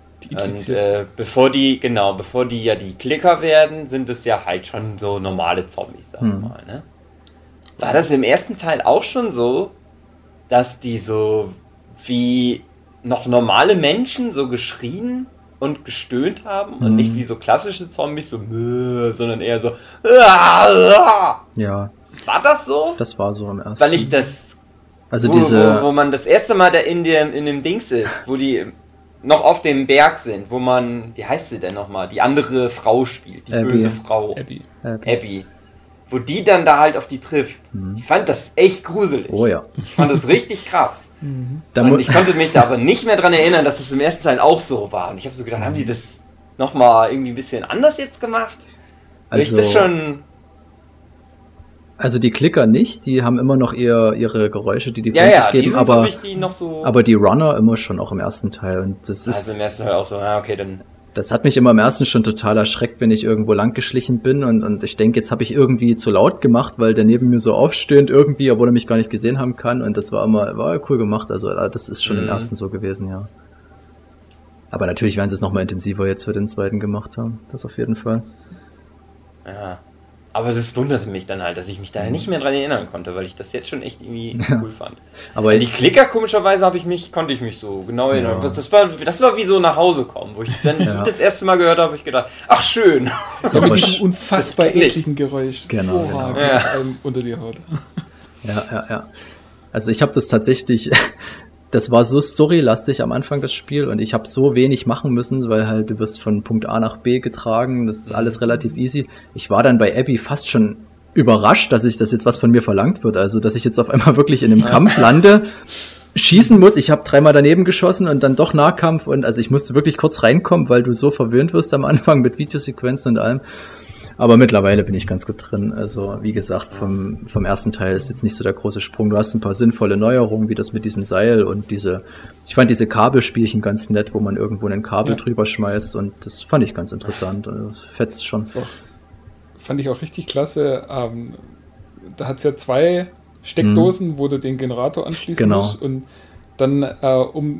S1: bevor die ja die Klicker werden, sind es ja halt schon so normale Zombies, sag ich mal, ne? War das im ersten Teil auch schon so, dass die so wie noch normale Menschen so geschrien und gestöhnt haben und nicht wie so klassische Zombies, so sondern eher so
S2: Ja.
S1: War das so?
S2: Das war so im ersten.
S1: Weil ich das
S2: also
S1: wo man das erste Mal da in dem Dings ist, wo die noch auf dem Berg sind, wo man, wie heißt sie denn nochmal, die andere Frau spielt, die
S2: Abby.
S1: böse Frau.
S3: Abby.
S1: Wo die dann da halt auf die trifft. Ich fand das echt gruselig.
S2: Oh ja.
S1: Ich fand das richtig krass. Und ich konnte mich da aber nicht mehr dran erinnern, dass das im ersten Teil auch so war. Und ich habe so gedacht, haben die das nochmal irgendwie ein bisschen anders jetzt gemacht?
S2: Also,
S1: das schon...
S2: Also die Klicker nicht, die haben immer noch ihre Geräusche, die von sich geben, aber die Runner immer schon auch im ersten Teil. Und das ist,
S1: also im ersten Teil auch so, okay, dann...
S2: Das hat mich immer im ersten schon total erschreckt, wenn ich irgendwo lang geschlichen bin und ich denke, jetzt habe ich irgendwie zu laut gemacht, weil der neben mir so aufstöhnt irgendwie, obwohl er mich gar nicht gesehen haben kann und das war cool gemacht, also das ist schon im ersten so gewesen, ja. Aber natürlich werden sie es nochmal intensiver jetzt für den zweiten gemacht haben, das auf jeden Fall.
S1: Ja, aber das wunderte mich dann halt, dass ich mich da nicht mehr dran erinnern konnte, weil ich das jetzt schon echt irgendwie cool fand. Aber die Klicker, komischerweise, konnte ich mich so genau erinnern. Ja. Das war wie so nach Hause kommen, wo ich dann das erste Mal gehört habe, ich gedacht, ach schön.
S3: So mit diesem unfassbar ekligen Geräusch.
S2: Genau.
S3: Unter die Haut.
S2: Ja. Also ich habe das tatsächlich... Das war so storylastig am Anfang, das Spiel, und ich habe so wenig machen müssen, weil halt du wirst von Punkt A nach B getragen, das ist alles relativ easy. Ich war dann bei Abby fast schon überrascht, dass jetzt was von mir verlangt wird, also dass ich jetzt auf einmal wirklich in einem Kampf lande, schießen muss, ich habe 3-mal daneben geschossen und dann doch Nahkampf und also ich musste wirklich kurz reinkommen, weil du so verwöhnt wirst am Anfang mit Videosequenzen und allem. Aber mittlerweile bin ich ganz gut drin. Also wie gesagt, vom ersten Teil ist jetzt nicht so der große Sprung. Du hast ein paar sinnvolle Neuerungen, wie das mit diesem Seil und ich fand diese Kabelspielchen ganz nett, wo man irgendwo ein Kabel drüber schmeißt und das fand ich ganz interessant. Fetzt schon.
S3: Fand ich auch richtig klasse. Da hat es ja 2 Steckdosen, wo du den Generator anschließen musst und dann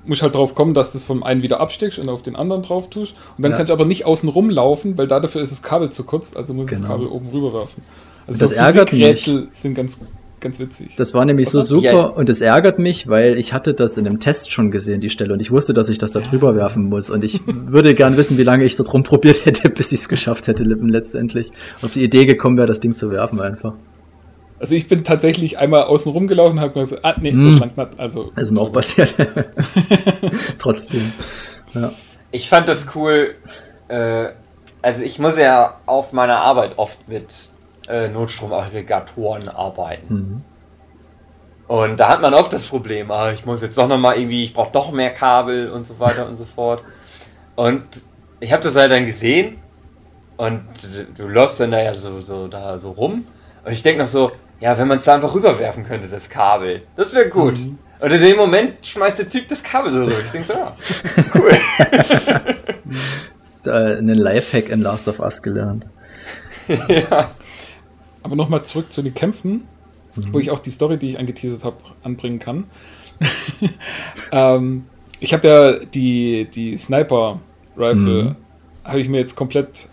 S3: musst halt drauf kommen, dass du es vom einen wieder absteckst und auf den anderen drauf tust. Und dann kannst du aber nicht außen rumlaufen, weil dafür ist das Kabel zu kurz, also muss das Kabel oben rüber werfen. Also
S2: das ärgert mich.
S3: Sind ganz witzig.
S2: Das war nämlich so super und es ärgert mich, weil ich hatte das in einem Test schon gesehen, die Stelle, und ich wusste, dass ich das da drüber werfen muss, und ich würde gern wissen, wie lange ich da drum probiert hätte, bis ich es geschafft hätte letztendlich. Auf die Idee gekommen wäre, das Ding zu werfen einfach.
S3: Also ich bin tatsächlich einmal außen rumgelaufen und habe mir gesagt, das langt nicht. Also
S2: ist mir auch passiert. Trotzdem. Ja.
S1: Ich fand das cool, also ich muss ja auf meiner Arbeit oft mit Notstromaggregatoren arbeiten. Und da hat man oft das Problem, ich muss jetzt doch nochmal irgendwie, ich brauche doch mehr Kabel und so weiter und so fort. Und ich habe das halt dann gesehen und du läufst dann da ja so rum und ich denke noch so, ja, wenn man es da einfach rüberwerfen könnte, das Kabel, das wäre gut. Und in dem Moment schmeißt der Typ das Kabel so durch. Ich denke so, cool.
S2: Das ist einen Lifehack in Last of Us gelernt.
S1: Ja.
S3: Aber nochmal zurück zu den Kämpfen, wo ich auch die Story, die ich angeteasert habe, anbringen kann. Ich habe ja die Sniper-Rifle, habe ich mir jetzt komplett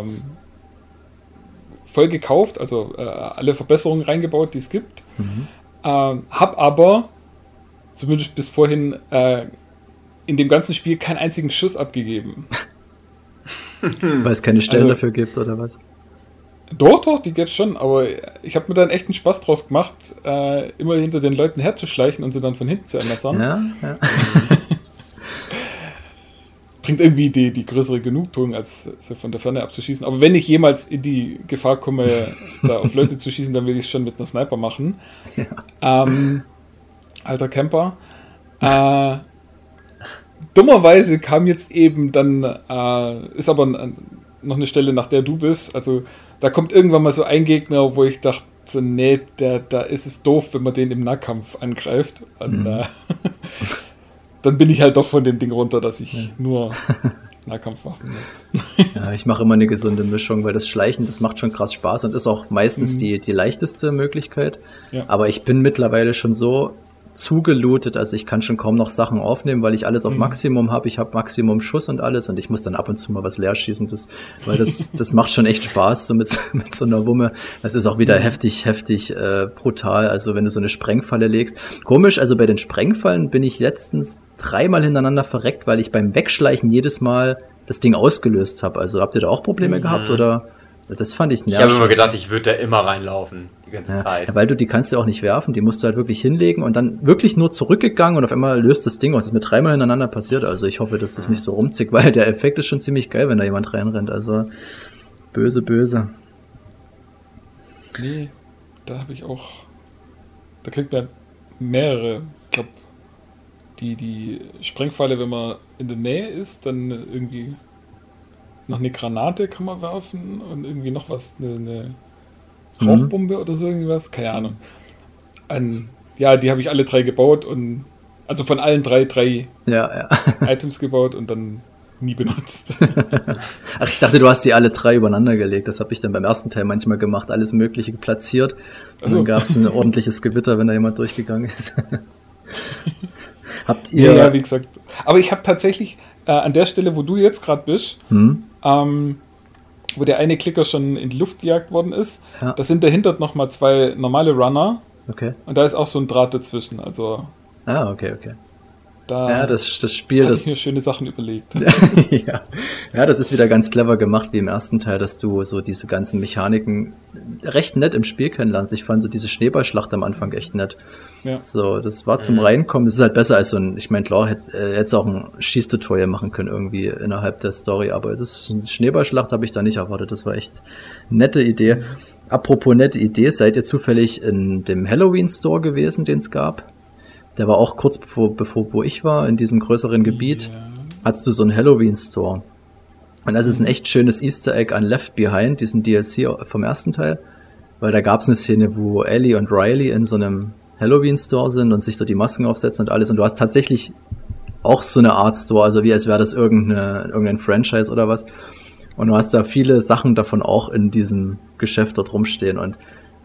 S3: voll gekauft, also alle Verbesserungen reingebaut, die es gibt. Habe aber, zumindest bis vorhin, in dem ganzen Spiel keinen einzigen Schuss abgegeben.
S2: Weil es keine Stellen dafür gibt, oder was?
S3: Doch, die gäbe es schon, aber ich habe mir dann echt einen Spaß draus gemacht, immer hinter den Leuten herzuschleichen und sie dann von hinten zu ermessern.
S2: Ja.
S3: Bringt irgendwie die größere Genugtuung, als sie von der Ferne abzuschießen. Aber wenn ich jemals in die Gefahr komme, da auf Leute zu schießen, dann will ich es schon mit einer Sniper machen. Ja. Alter Camper. Dummerweise kam jetzt eben dann, ist aber noch eine Stelle, nach der du bist, also da kommt irgendwann mal so ein Gegner, wo ich dachte, nee, da ist es doof, wenn man den im Nahkampf angreift. Und, dann bin ich halt doch von dem Ding runter, dass ich nur Nahkampfwaffen nutze.
S2: Ja, ich mache immer eine gesunde Mischung, weil das Schleichen, das macht schon krass Spaß und ist auch meistens die leichteste Möglichkeit. Ja. Aber ich bin mittlerweile schon so zugelootet, also ich kann schon kaum noch Sachen aufnehmen, weil ich alles auf Maximum habe. Ich habe Maximum Schuss und alles und ich muss dann ab und zu mal was leer schießen, weil das macht schon echt Spaß, so mit so einer Wumme. Das ist auch wieder heftig brutal, also wenn du so eine Sprengfalle legst. Komisch, also bei den Sprengfallen bin ich letztens 3-mal hintereinander verreckt, weil ich beim Wegschleichen jedes Mal das Ding ausgelöst habe. Also habt ihr da auch Probleme gehabt oder? Das fand ich nervig.
S1: Ich habe immer gedacht, ich würde da immer reinlaufen, die ganze Zeit.
S2: Ja, weil die kannst du auch nicht werfen, die musst du halt wirklich hinlegen und dann wirklich nur zurückgegangen und auf einmal löst das Ding aus. Das ist mir 3-mal hintereinander passiert, also ich hoffe, dass das nicht so rumzickt, weil der Effekt ist schon ziemlich geil, wenn da jemand reinrennt, also böse.
S3: Nee, da kriegt man mehrere, ich glaube, die Sprengfalle, wenn man in der Nähe ist, dann irgendwie noch eine Granate kann man werfen und irgendwie noch was, eine Rauchbombe oder so irgendwas, keine Ahnung. Die habe ich alle 3 gebaut und also von allen 3 Items gebaut und dann nie benutzt.
S2: Ach, ich dachte, du hast die alle 3 übereinander gelegt. Das habe ich dann beim ersten Teil manchmal gemacht, alles Mögliche platziert. Und dann gab es ein ordentliches Gewitter, wenn da jemand durchgegangen ist. Habt ihr...
S3: Ja, wie gesagt. Aber ich habe tatsächlich an der Stelle, wo du jetzt gerade bist, wo der eine Klicker schon in die Luft gejagt worden ist, da sind dahinter nochmal 2 normale Runner.
S2: Okay.
S3: Und da ist auch so ein Draht dazwischen. Also
S2: okay.
S3: Da
S2: das Spiel,
S3: hatte ich mir schöne Sachen überlegt.
S2: Ja, das ist wieder ganz clever gemacht, wie im ersten Teil, dass du so diese ganzen Mechaniken recht nett im Spiel kennenlernst. Ich fand so diese Schneeballschlacht am Anfang echt nett. Ja. So, das war zum Reinkommen. Das ist halt besser als so ein, ich meine, klar, hätte es auch ein Schießtutorial machen können irgendwie innerhalb der Story, aber das Schneeballschlacht habe ich da nicht erwartet. Das war echt nette Idee. Apropos nette Idee, seid ihr zufällig in dem Halloween-Store gewesen, den es gab? Der war auch kurz bevor wo ich war, in diesem größeren Gebiet, hattest du so einen Halloween-Store. Und das ist ein echt schönes Easter Egg an Left Behind, diesen DLC vom ersten Teil, weil da gab es eine Szene, wo Ellie und Riley in so einem Halloween-Store sind und sich da die Masken aufsetzen und alles. Und du hast tatsächlich auch so eine Art Store, also wie als wäre das irgendein Franchise oder was. Und du hast da viele Sachen davon auch in diesem Geschäft dort rumstehen. Und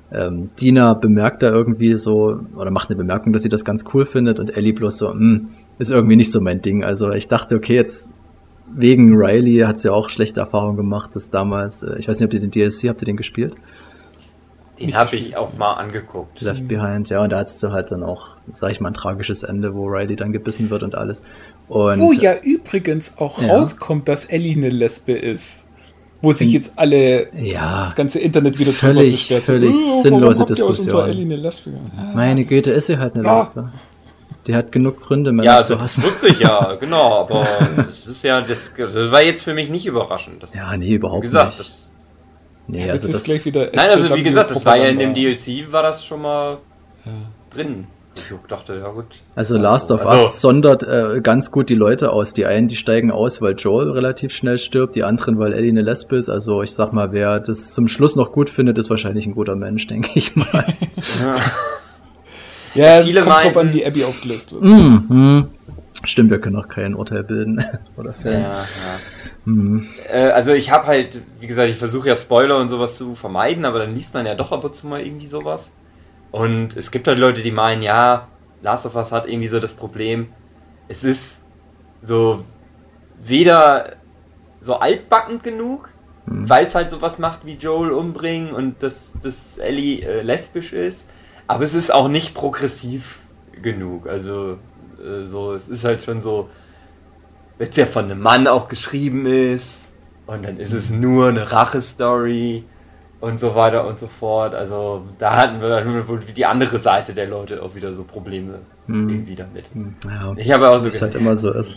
S2: Dina bemerkt da irgendwie so, oder macht eine Bemerkung, dass sie das ganz cool findet. Und Ellie bloß so, ist irgendwie nicht so mein Ding. Also ich dachte, okay, jetzt wegen Riley hat sie auch schlechte Erfahrungen gemacht, dass damals, ich weiß nicht, habt ihr den DLC, habt ihr den gespielt?
S1: Den habe ich auch mal angeguckt.
S2: Left Behind, ja, und da hattest du halt dann auch, sag ich mal, ein tragisches Ende, wo Riley dann gebissen wird und alles. Und,
S3: wo ja übrigens auch rauskommt, dass Ellie eine Lesbe ist. Wo sich jetzt alle, das ganze Internet wieder drüber beschwert.
S2: Völlig sinnlose
S3: Diskussion. Ellie eine Lesbe?
S2: Meine Güte, ist sie halt eine Lesbe. Die hat genug Gründe, Männer zu hassen.
S1: Das wusste ich ja, genau, aber das ist ja, das war jetzt für mich nicht überraschend.
S2: Überhaupt nicht.
S3: Nee, also das gleich wieder.
S1: Nein, also wie gesagt, das war ja in dem DLC, war das schon mal drin. Ich dachte, ja gut.
S2: Also Last of Us sondert ganz gut die Leute aus. Die einen, die steigen aus, weil Joel relativ schnell stirbt, die anderen, weil Ellie eine Lesbe ist. Also ich sag mal, wer das zum Schluss noch gut findet, ist wahrscheinlich ein guter Mensch, denke ich mal.
S3: Ja, es kommt drauf an, wie Abby aufgelöst wird.
S2: Stimmt, wir können auch kein Urteil bilden. Oder
S1: also ich habe halt, wie gesagt, ich versuche ja Spoiler und sowas zu vermeiden, aber dann liest man ja doch ab und zu mal irgendwie sowas. Und es gibt halt Leute, die meinen, ja, Last of Us hat irgendwie so das Problem, es ist so weder so altbackend genug, weil es halt sowas macht wie Joel umbringen und dass Ellie lesbisch ist, aber es ist auch nicht progressiv genug. Also es ist halt schon so, wenn es ja von einem Mann auch geschrieben ist und dann ist es nur eine Rache-Story und so weiter und so fort. Also da hatten wir dann wohl die andere Seite der Leute auch wieder so Probleme irgendwie damit.
S2: Ja,
S1: ich habe auch so
S2: es halt immer so ist.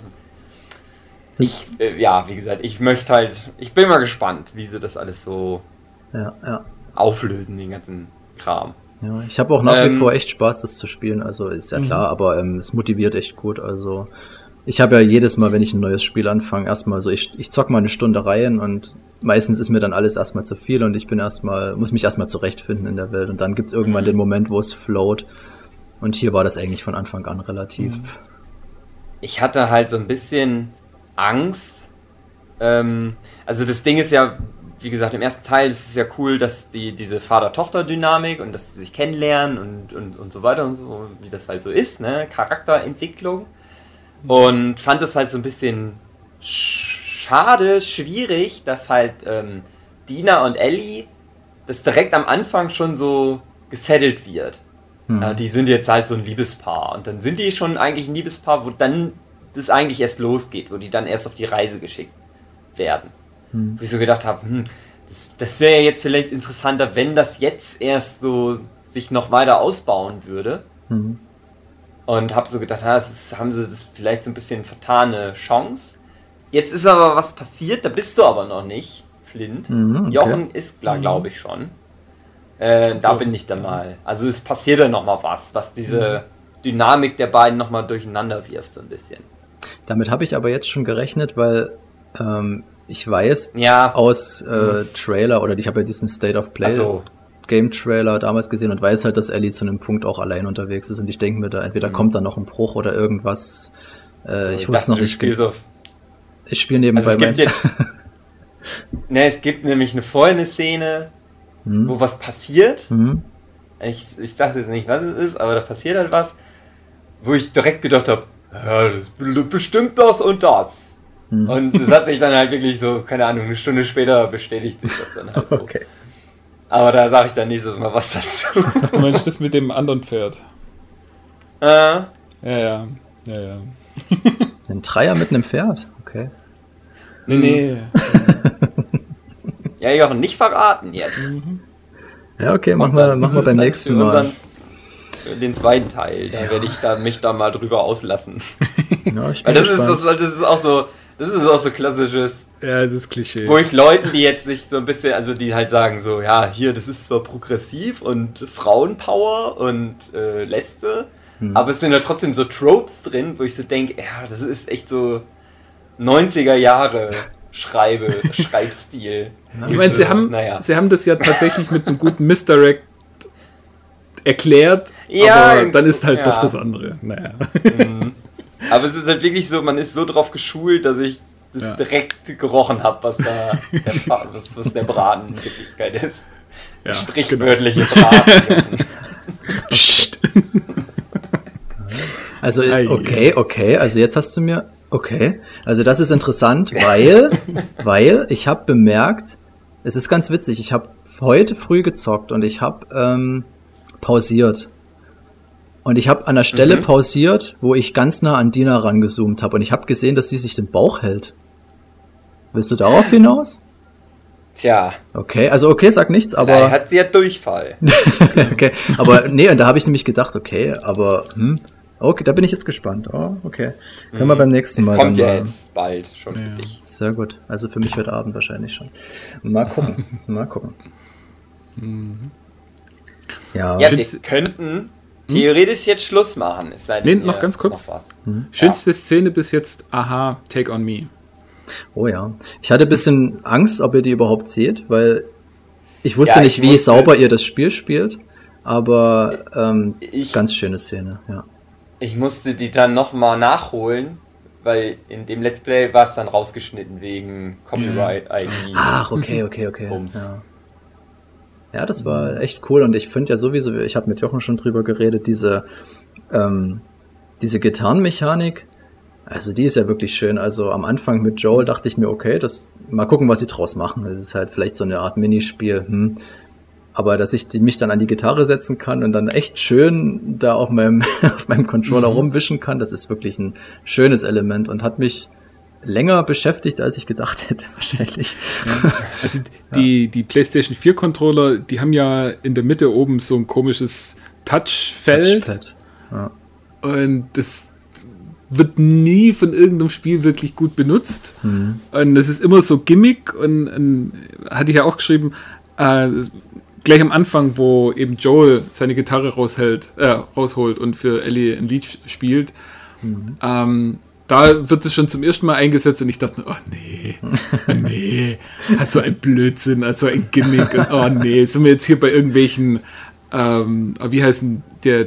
S1: Wie gesagt, ich bin mal gespannt, wie sie das alles so auflösen, den ganzen Kram.
S2: Ja, ich habe auch nach wie vor echt Spaß, das zu spielen, also ist ja klar, aber es motiviert echt gut, also ich habe ja jedes Mal, wenn ich ein neues Spiel anfange, erstmal so, ich zock mal eine Stunde rein und meistens ist mir dann alles erstmal zu viel und ich muss mich erstmal zurechtfinden in der Welt und dann gibt's irgendwann den Moment, wo es float und hier war das eigentlich von Anfang an relativ.
S1: Ich hatte halt so ein bisschen Angst, also das Ding ist ja, wie gesagt, im ersten Teil ist es ja cool, dass diese Vater-Tochter-Dynamik und dass sie sich kennenlernen und so weiter und so, wie das halt so ist, ne, Charakterentwicklung. Und fand es halt so ein bisschen schade, schwierig, dass halt Dina und Ellie das direkt am Anfang schon so gesettelt wird. Ja, die sind jetzt halt so ein Liebespaar und dann sind die schon eigentlich ein Liebespaar, wo dann das eigentlich erst losgeht, wo die dann erst auf die Reise geschickt werden. Wo ich so gedacht habe, das wäre ja jetzt vielleicht interessanter, wenn das jetzt erst so sich noch weiter ausbauen würde. Und habe so gedacht, haben sie das vielleicht so ein bisschen vertane Chance. Jetzt ist aber was passiert, da bist du aber noch nicht, Flint. Okay. Jochen ist klar, glaube ich schon. Da bin ich dann mal. Also es passiert dann nochmal was diese Dynamik der beiden nochmal durcheinander wirft, so ein bisschen.
S2: Damit habe ich aber jetzt schon gerechnet, weil ich weiß aus Trailer, oder ich habe ja diesen State of Play Game-Trailer damals gesehen und weiß halt, dass Ellie zu einem Punkt auch allein unterwegs ist und ich denke mir da, entweder kommt da noch ein Bruch oder irgendwas. Ich wusste noch nicht. Ich spiele nebenbei
S1: es gibt nämlich eine Szene, wo was passiert. Ich sage jetzt nicht, was es ist, aber da passiert halt was, wo ich direkt gedacht habe, ja, das ist bestimmt das und das. Und das hat sich dann halt wirklich so, keine Ahnung, eine Stunde später bestätigt sich das dann halt so.
S2: Okay.
S1: Aber da sage ich dann nächstes Mal was dazu.
S3: Ach, du meinst das mit dem anderen Pferd? Ja.
S2: Ein Dreier mit einem Pferd? Okay.
S3: Nee.
S1: Ja, Jochen, nicht verraten jetzt.
S2: Ja, okay, machen wir beim nächsten Mal.
S1: Den zweiten Teil, da werde ich mich da mal drüber auslassen.
S2: Ja, ich bin gespannt.
S1: Das ist auch so klassisches.
S3: Ja, das ist Klischee.
S1: Wo ich Leuten, die jetzt nicht so ein bisschen, also die halt sagen so, ja, hier, das ist zwar progressiv und Frauenpower und Lesbe, aber es sind ja trotzdem so Tropes drin, wo ich so denke, ja, das ist echt so 90er Jahre Schreibstil.
S3: Ich meine, sie haben das ja tatsächlich mit einem guten Misdirect erklärt, aber dann ist halt doch das andere. Naja.
S1: Aber es ist halt wirklich so, man ist so drauf geschult, dass ich das direkt gerochen habe, was der Braten in Wirklichkeit ist. Der sprichwörtliche Braten.
S2: Also, okay, also jetzt hast du mir, okay, also das ist interessant, weil ich habe bemerkt, es ist ganz witzig, ich habe heute früh gezockt und ich habe pausiert. Und ich habe an der Stelle pausiert, wo ich ganz nah an Dina rangezoomt habe und ich habe gesehen, dass sie sich den Bauch hält. Willst du darauf hinaus?
S1: Tja.
S2: Okay, sag nichts, aber...
S1: Vielleicht hat sie ja Durchfall.
S2: Okay, aber nee, und da habe ich nämlich gedacht, okay, aber... Okay, da bin ich jetzt gespannt. Oh, okay. Können wir beim nächsten Mal.
S1: Es kommt ja jetzt bald schon für dich.
S2: Sehr gut. Also für mich heute Abend wahrscheinlich schon. Mal gucken.
S1: Ja, wir könnten theoretisch jetzt Schluss machen.
S3: Noch ganz kurz. Schönste Szene bis jetzt, aha, Take On Me.
S2: Oh ja. Ich hatte ein bisschen Angst, ob ihr die überhaupt seht, weil ich wusste nicht, wie sauber ihr das Spiel spielt, aber ganz schöne Szene, ja.
S1: Ich musste die dann nochmal nachholen, weil in dem Let's Play war es dann rausgeschnitten wegen Copyright-ID.
S2: Ach, okay. Ja, das war echt cool und ich finde ja sowieso, ich habe mit Jochen schon drüber geredet, diese Gitarrenmechanik, also die ist ja wirklich schön. Also am Anfang mit Joel dachte ich mir, okay, mal gucken, was sie draus machen. Das ist halt vielleicht so eine Art Minispiel. Aber dass ich mich dann an die Gitarre setzen kann und dann echt schön da auf meinem Controller rumwischen kann, das ist wirklich ein schönes Element und hat mich länger beschäftigt, als ich gedacht hätte, wahrscheinlich.
S3: Ja. Also die PlayStation 4 Controller, die haben ja in der Mitte oben so ein komisches Touchfeld.
S2: Ja.
S3: Und das wird nie von irgendeinem Spiel wirklich gut benutzt. Und das ist immer so Gimmick und hatte ich ja auch geschrieben, gleich am Anfang, wo eben Joel seine Gitarre rausholt und für Ellie ein Lied spielt, da wird es schon zum ersten Mal eingesetzt und ich dachte, oh nee, hat so ein Blödsinn, also ein Gimmick und oh nee, sind wir jetzt hier bei irgendwelchen, wie heißen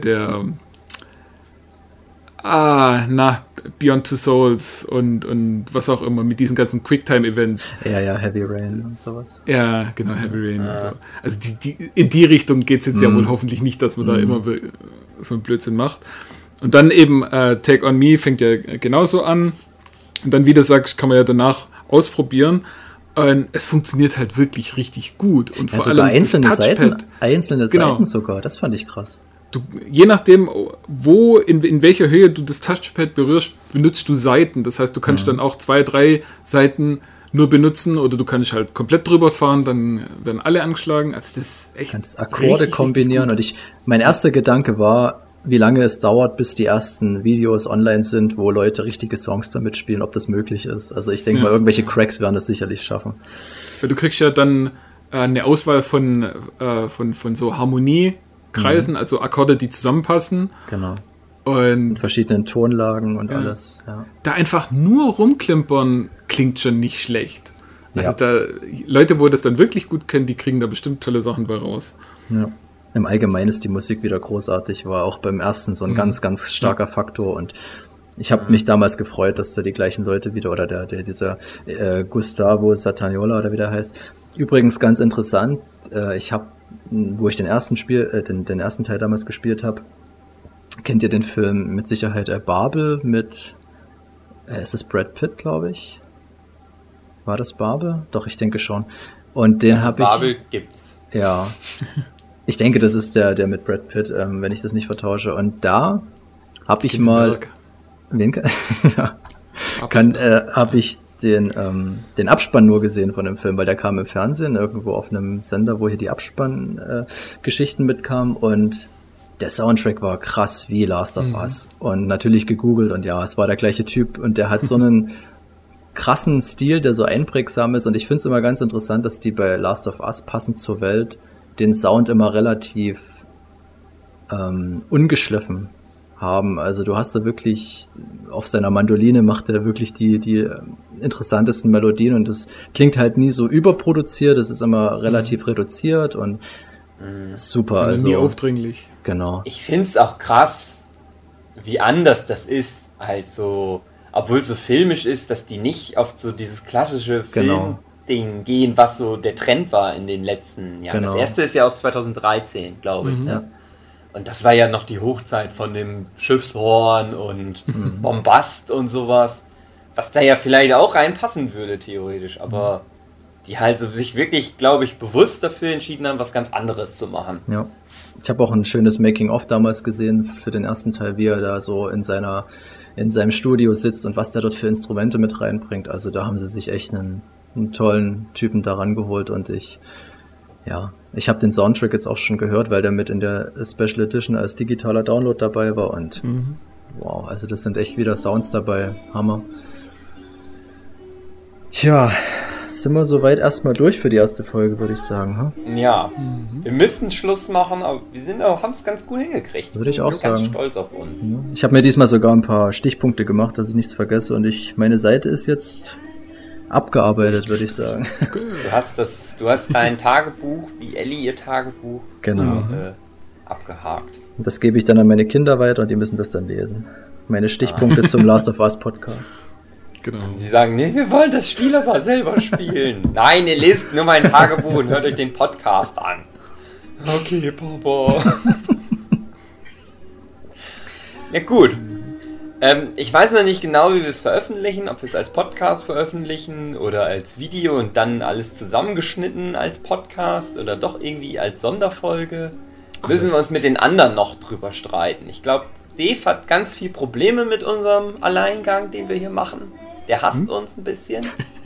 S3: Beyond Two Souls und was auch immer mit diesen ganzen Quicktime-Events.
S2: Ja, Heavy Rain und sowas.
S3: Ja, genau, Heavy Rain und so. Also in die Richtung geht es jetzt ja wohl hoffentlich nicht, dass man da immer so einen Blödsinn macht. Und dann eben Take On Me fängt ja genauso an. Und dann, wie du sagst, kann man ja danach ausprobieren. Und es funktioniert halt wirklich richtig gut. Und vor allem
S2: einzelne Seiten sogar, das fand ich krass.
S3: Je nachdem, in welcher Höhe du das Touchpad berührst, benutzt du Seiten. Das heißt, du kannst dann auch 2, 3 Seiten nur benutzen oder du kannst halt komplett drüber fahren, dann werden alle angeschlagen. Also das ist echt. Du
S2: kannst Akkorde kombinieren und mein erster Gedanke war, wie lange es dauert, bis die ersten Videos online sind, wo Leute richtige Songs damit spielen, ob das möglich ist. Also ich denke mal, irgendwelche Cracks werden das sicherlich schaffen.
S3: Du kriegst ja dann eine Auswahl von so Harmoniekreisen, also Akkorde, die zusammenpassen.
S2: Genau.
S3: Und
S2: mit verschiedenen Tonlagen und alles. Ja.
S3: Da einfach nur rumklimpern klingt schon nicht schlecht. Also da Leute, wo das dann wirklich gut können, die kriegen da bestimmt tolle Sachen bei raus.
S2: Ja. Im Allgemeinen ist die Musik wieder großartig, war auch beim ersten so ein ganz, ganz starker Faktor und ich habe mich damals gefreut, dass da die gleichen Leute wieder, oder dieser Gustavo Satagnola oder wie der heißt. Übrigens ganz interessant, ich habe, wo ich den ersten Teil damals gespielt habe, kennt ihr den Film mit Sicherheit Babel mit, ist es Brad Pitt, glaube ich? War das Babel? Doch, ich denke schon. Und den habe ich...
S1: Babel gibt's.
S2: Ja. Ich denke, das ist der mit Brad Pitt, wenn ich das nicht vertausche. Und da habe ich mal... habe ich den Abspann nur gesehen von dem Film, weil der kam im Fernsehen, irgendwo auf einem Sender, wo hier die Abspann-Geschichten mitkamen. Und der Soundtrack war krass wie Last of Us. Und natürlich gegoogelt und ja, es war der gleiche Typ. Und der hat so einen krassen Stil, der so einprägsam ist. Und ich finde es immer ganz interessant, dass die bei Last of Us passend zur Welt den Sound immer relativ ungeschliffen haben. Also du hast da wirklich, auf seiner Mandoline macht er wirklich die interessantesten Melodien und das klingt halt nie so überproduziert, es ist immer relativ reduziert und super. Also
S3: nie aufdringlich.
S2: Genau.
S1: Ich finde es auch krass, wie anders das ist, also obwohl es so filmisch ist, dass die nicht auf so dieses klassische Film-Ding gehen, was so der Trend war in den letzten Jahren. Genau. Das erste ist ja aus 2013, glaube ich. Ja. Und das war ja noch die Hochzeit von dem Schiffshorn und Bombast und sowas. Was da ja vielleicht auch reinpassen würde, theoretisch. Aber die halt so sich wirklich, glaube ich, bewusst dafür entschieden haben, was ganz anderes zu machen.
S2: Ja. Ich habe auch ein schönes Making-of damals gesehen für den ersten Teil, wie er da so in seinem Studio sitzt und was der dort für Instrumente mit reinbringt. Also da haben sie sich echt einen tollen Typen da rangeholt und ich habe den Soundtrack jetzt auch schon gehört, weil der mit in der Special Edition als digitaler Download dabei war und wow, also das sind echt wieder Sounds dabei. Hammer. Tja, sind wir soweit erstmal durch für die erste Folge, würde ich sagen. Huh?
S1: Ja, wir müssten Schluss machen, aber wir haben es ganz gut hingekriegt.
S2: Würde ich auch sagen.
S1: Ganz stolz auf uns.
S2: Ja. Ich habe mir diesmal sogar ein paar Stichpunkte gemacht, dass ich nichts vergesse und meine Seite ist jetzt abgearbeitet, würde ich sagen.
S1: Du hast dein Tagebuch, wie Ellie ihr Tagebuch,
S2: genau.
S1: Abgehakt.
S2: Und das gebe ich dann an meine Kinder weiter und die müssen das dann lesen. Meine Stichpunkte zum Last of Us Podcast.
S3: Genau.
S1: Sie sagen, nee, wir wollen das Spiel aber selber spielen. Nein, ihr lest nur mein Tagebuch und hört euch den Podcast an. Okay, Papa. Ja, gut. Ich weiß noch nicht genau, wie wir es veröffentlichen, ob wir es als Podcast veröffentlichen oder als Video und dann alles zusammengeschnitten als Podcast oder doch irgendwie als Sonderfolge. Müssen wir uns mit den anderen noch drüber streiten. Ich glaube, Dave hat ganz viel Probleme mit unserem Alleingang, den wir hier machen. Der hasst uns ein bisschen.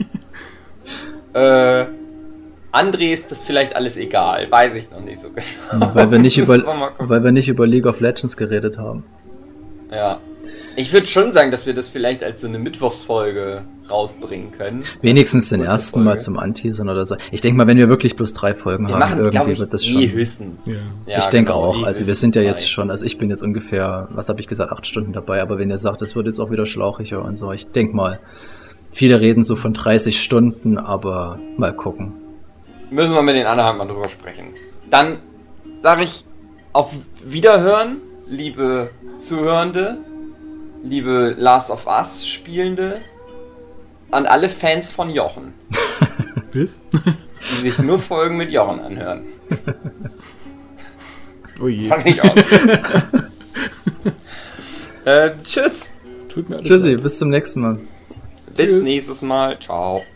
S1: André ist das vielleicht alles egal. Weiß ich noch nicht so genau.
S2: Weil wir nicht über League of Legends geredet haben.
S1: Ja. Ich würde schon sagen, dass wir das vielleicht als so eine Mittwochsfolge rausbringen können.
S2: Wenigstens den ersten Mal zum Anteasern oder so. Ich denke mal, wenn wir wirklich bloß 3 Folgen haben, irgendwie wird das schon.
S1: Höchstens.
S2: Ja, ich denke auch. Also wir sind ja jetzt schon, also ich bin jetzt ungefähr, was habe ich gesagt, 8 Stunden dabei. Aber wenn ihr sagt, es wird jetzt auch wieder schlauchiger und so, ich denke mal, viele reden so von 30 Stunden, aber mal gucken.
S1: Müssen wir mit den anderen mal drüber sprechen. Dann sage ich auf Wiederhören, liebe Zuhörende, liebe Last of Us Spielende, an alle Fans von Jochen.
S3: Bis?
S1: Die sich nur Folgen mit Jochen anhören.
S3: Oh je.
S1: Pass ich auf. Tschüss.
S3: Tut mir alles
S2: Tschüssi,
S3: leid.
S2: bis zum nächsten Mal.
S1: Bis nächstes Mal. Ciao.